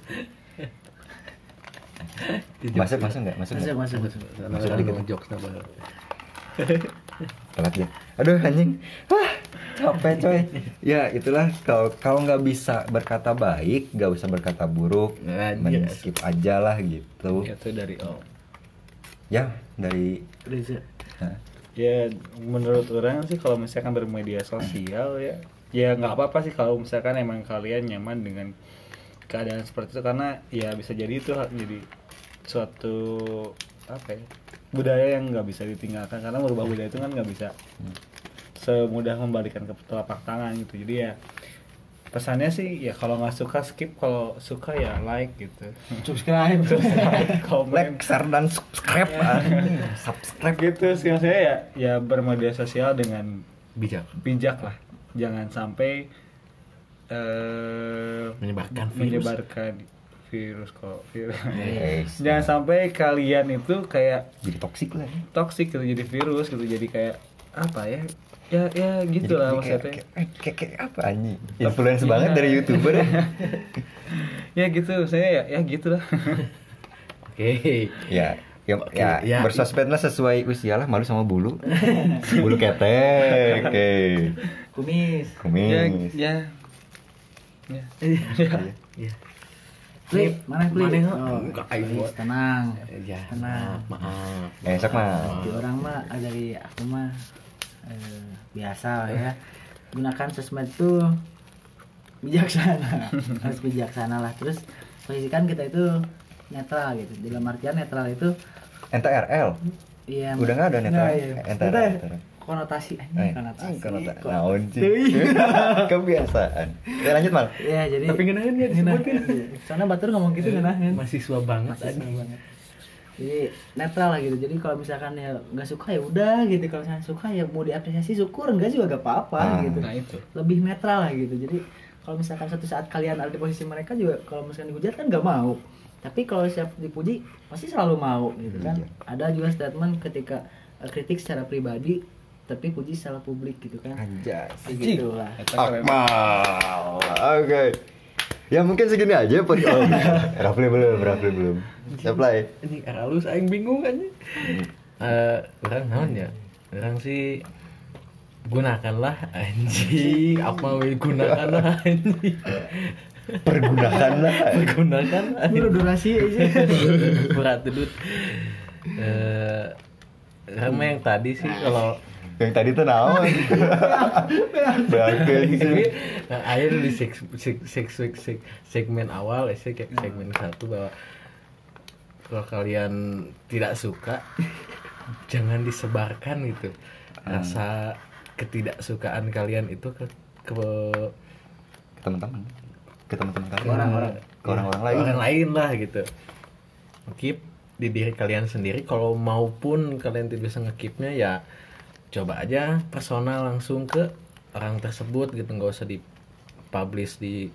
Masuk nggak? Masuk dikit jokes apa? Telat ya. Aduh anjing. Capek coy. Ya itulah, kalau nggak bisa berkata baik, nggak usah berkata buruk, skip aja lah gitu. Itu dari Ya dari Reza. Nah. Ya menurut orang sih kalau misalkan bermedia sosial ya nggak apa-apa sih kalau misalkan emang kalian nyaman dengan keadaan seperti itu, karena ya bisa jadi itu jadi suatu budaya yang nggak bisa ditinggalkan, karena merubah budaya itu kan nggak bisa semudah membalikan ke telapak tangan gitu. Jadi ya pesannya sih ya kalau nggak suka skip, kalau suka ya like gitu, Subscribe. komen, share dan subscribe. Subscribe gitu sih maksudnya. Ya bermedia sosial dengan bijak lah, jangan sampai menyebarkan virus jangan sampai kalian itu kayak jadi toksik gitu, jadi virus gitu, jadi kayak apa ya gitulah maksudnya. Kayak apa anjing, influence banget dari YouTuber. Ya gitu saya ya gitulah. Oke. Ya bersosmedlah sesuai usia lah, malu sama bulu ketek. Oke. Kumis. Ya. Mana tenang. Ya, Tenang. maaf. Esok mah. Di orang mah dari aku mah biasa ya. Gunakan sosmed tuh bijaksana. Harus bijaksana lah. Terus posisikan kita itu netral gitu. Dalam artian netral itu NTRL. iya. Udah nggak ada netral. NTRL. Konotasi Konotasi. Naon sih? Kebiasaan. Ya lanjut mal. Ya jadi. Tapi ngenahin ya disebutin. Soalnya Batur ngomong gitu ngenahin. Mahasiswa banget. Jadi netral lah gitu. Jadi kalau misalkan ya nggak suka ya udah gitu. Kalau misalkan suka ya mau diapresiasi syukur, enggak juga gak apa-apa gitu. Nah itu. Lebih netral lah gitu. Jadi kalau misalkan suatu saat kalian ada di posisi mereka juga, kalau misalkan dihujat kan nggak mau. Tapi kalau siap dipuji pasti selalu mau gitu kan. Ada juga statement ketika kritik secara pribadi tapi puji secara publik gitu kan. Anjas. Gitu lah. Akmal. Oke. Ya mungkin segini aja Rafli belum. Supply. Ini halus aing bingung kan. Orang naon ya? Orang sih gunakanlah anjing, apa we gunakanlah anjing. Pergunakanlah. Ini durasi aja. Berat dudut. Sama yang tadi sih kalau yang tadi tuh naon? Bagus sih. Nah, akhir di segmen awal segmen 1 bahwa kalau kalian tidak suka jangan disebarkan gitu. Rasa ketidaksukaan kalian itu ke teman-teman kalian. Ke orang-orang lain lah gitu. Keep di diri kalian sendiri. Kalau maupun kalian tidak bisa nge-keepnya ya coba aja personal langsung ke orang tersebut gitu, nggak usah di-publish di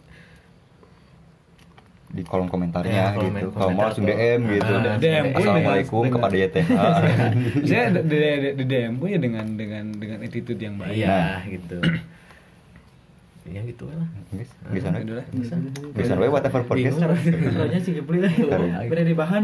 kolom komentarnya gitu. Kalau mau langsung DM gitu. DM pun Assalamualaikum kepada YTH. Saya di DM pun ya dengan attitude yang baik. Iya gitu. Ya gitu lah. Bisa we whatever podcast. Soalnya sih kepli lah. Beda di bahan.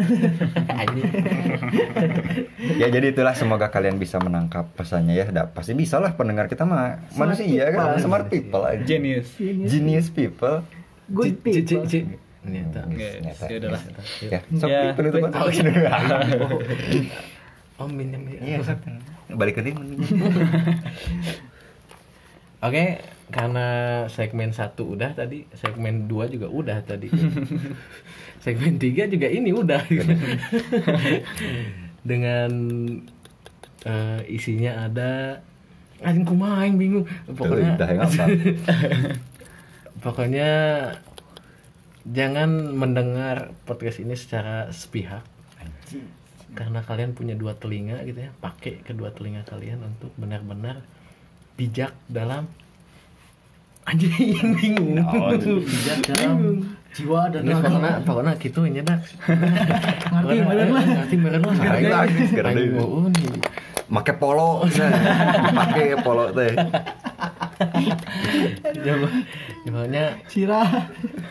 Ya jadi itulah, semoga kalian bisa menangkap pesannya ya. Pasti bisa lah, pendengar kita mah manusia kan, smart people aja. Genius people. Good people. Ternyata. Ya udahlah. Ya, sok penutupan. Minum ya. Balik ke dia. Oke, karena segmen 1 udah tadi, segmen 2 juga udah tadi. Segmen 3 juga ini udah. Dengan isinya ada anjing kumaha aing bingung. Pokoknya jangan mendengar podcast ini secara sepihak. Karena kalian punya 2 telinga gitu ya. Pakai kedua telinga kalian untuk benar-benar bijak dalam anjing bingung. Bijak dalam jiwa dan Ini raga. pokoknya gitu nyedak. Ngerti bener lah. Ngerti bener lah. Aing lagi sekarang Aing deui. mau nih. Make polo. Make polo teh. Gimana Sirah.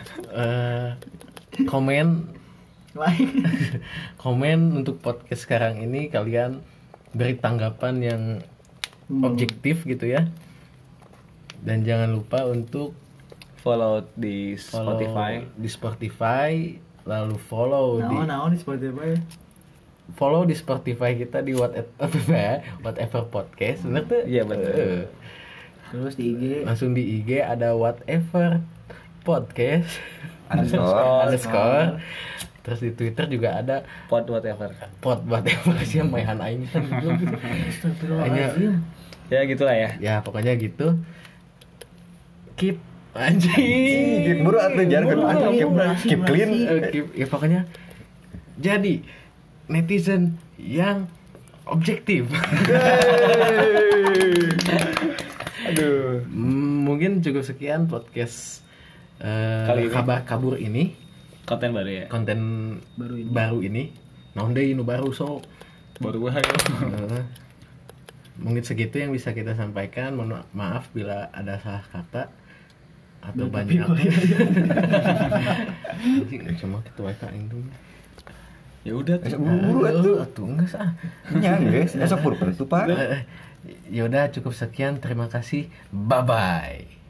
komen Baik. komen untuk podcast sekarang ini kalian beri tanggapan yang objektif gitu ya. Dan jangan lupa untuk Follow di follow Spotify. di Spotify, lalu follow Naon di Spotify. follow di Spotify kita di whatever podcast, bener tuh? Iya, betul. Terus di IG Langsung di IG ada whatever podcast Underscore. Terus di Twitter juga ada Pod whatever. whatever sih yang main aing kan. Astagfirullahaladzim. Ya gitulah ya. Ya pokoknya gitu. Keep anjing. Keep buru atuh jargon keep clean. Ya pokoknya jadi netizen yang objektif. Aduh. Mungkin cukup sekian podcast Kali ini. kabar kabur ini, Konten baru ya. konten baru ini. Naon deui nu baru sok. Baru gue hayo. Mungkin segitu yang bisa kita sampaikan. Mohon maaf bila ada salah kata atau banyak. Cuma ketua kain tuh. Ya udah. Buru atuh. Atuh enggak sah. Nya geus, esok purpen tuh Pak. Ya udah cukup sekian. Terima kasih. Bye bye.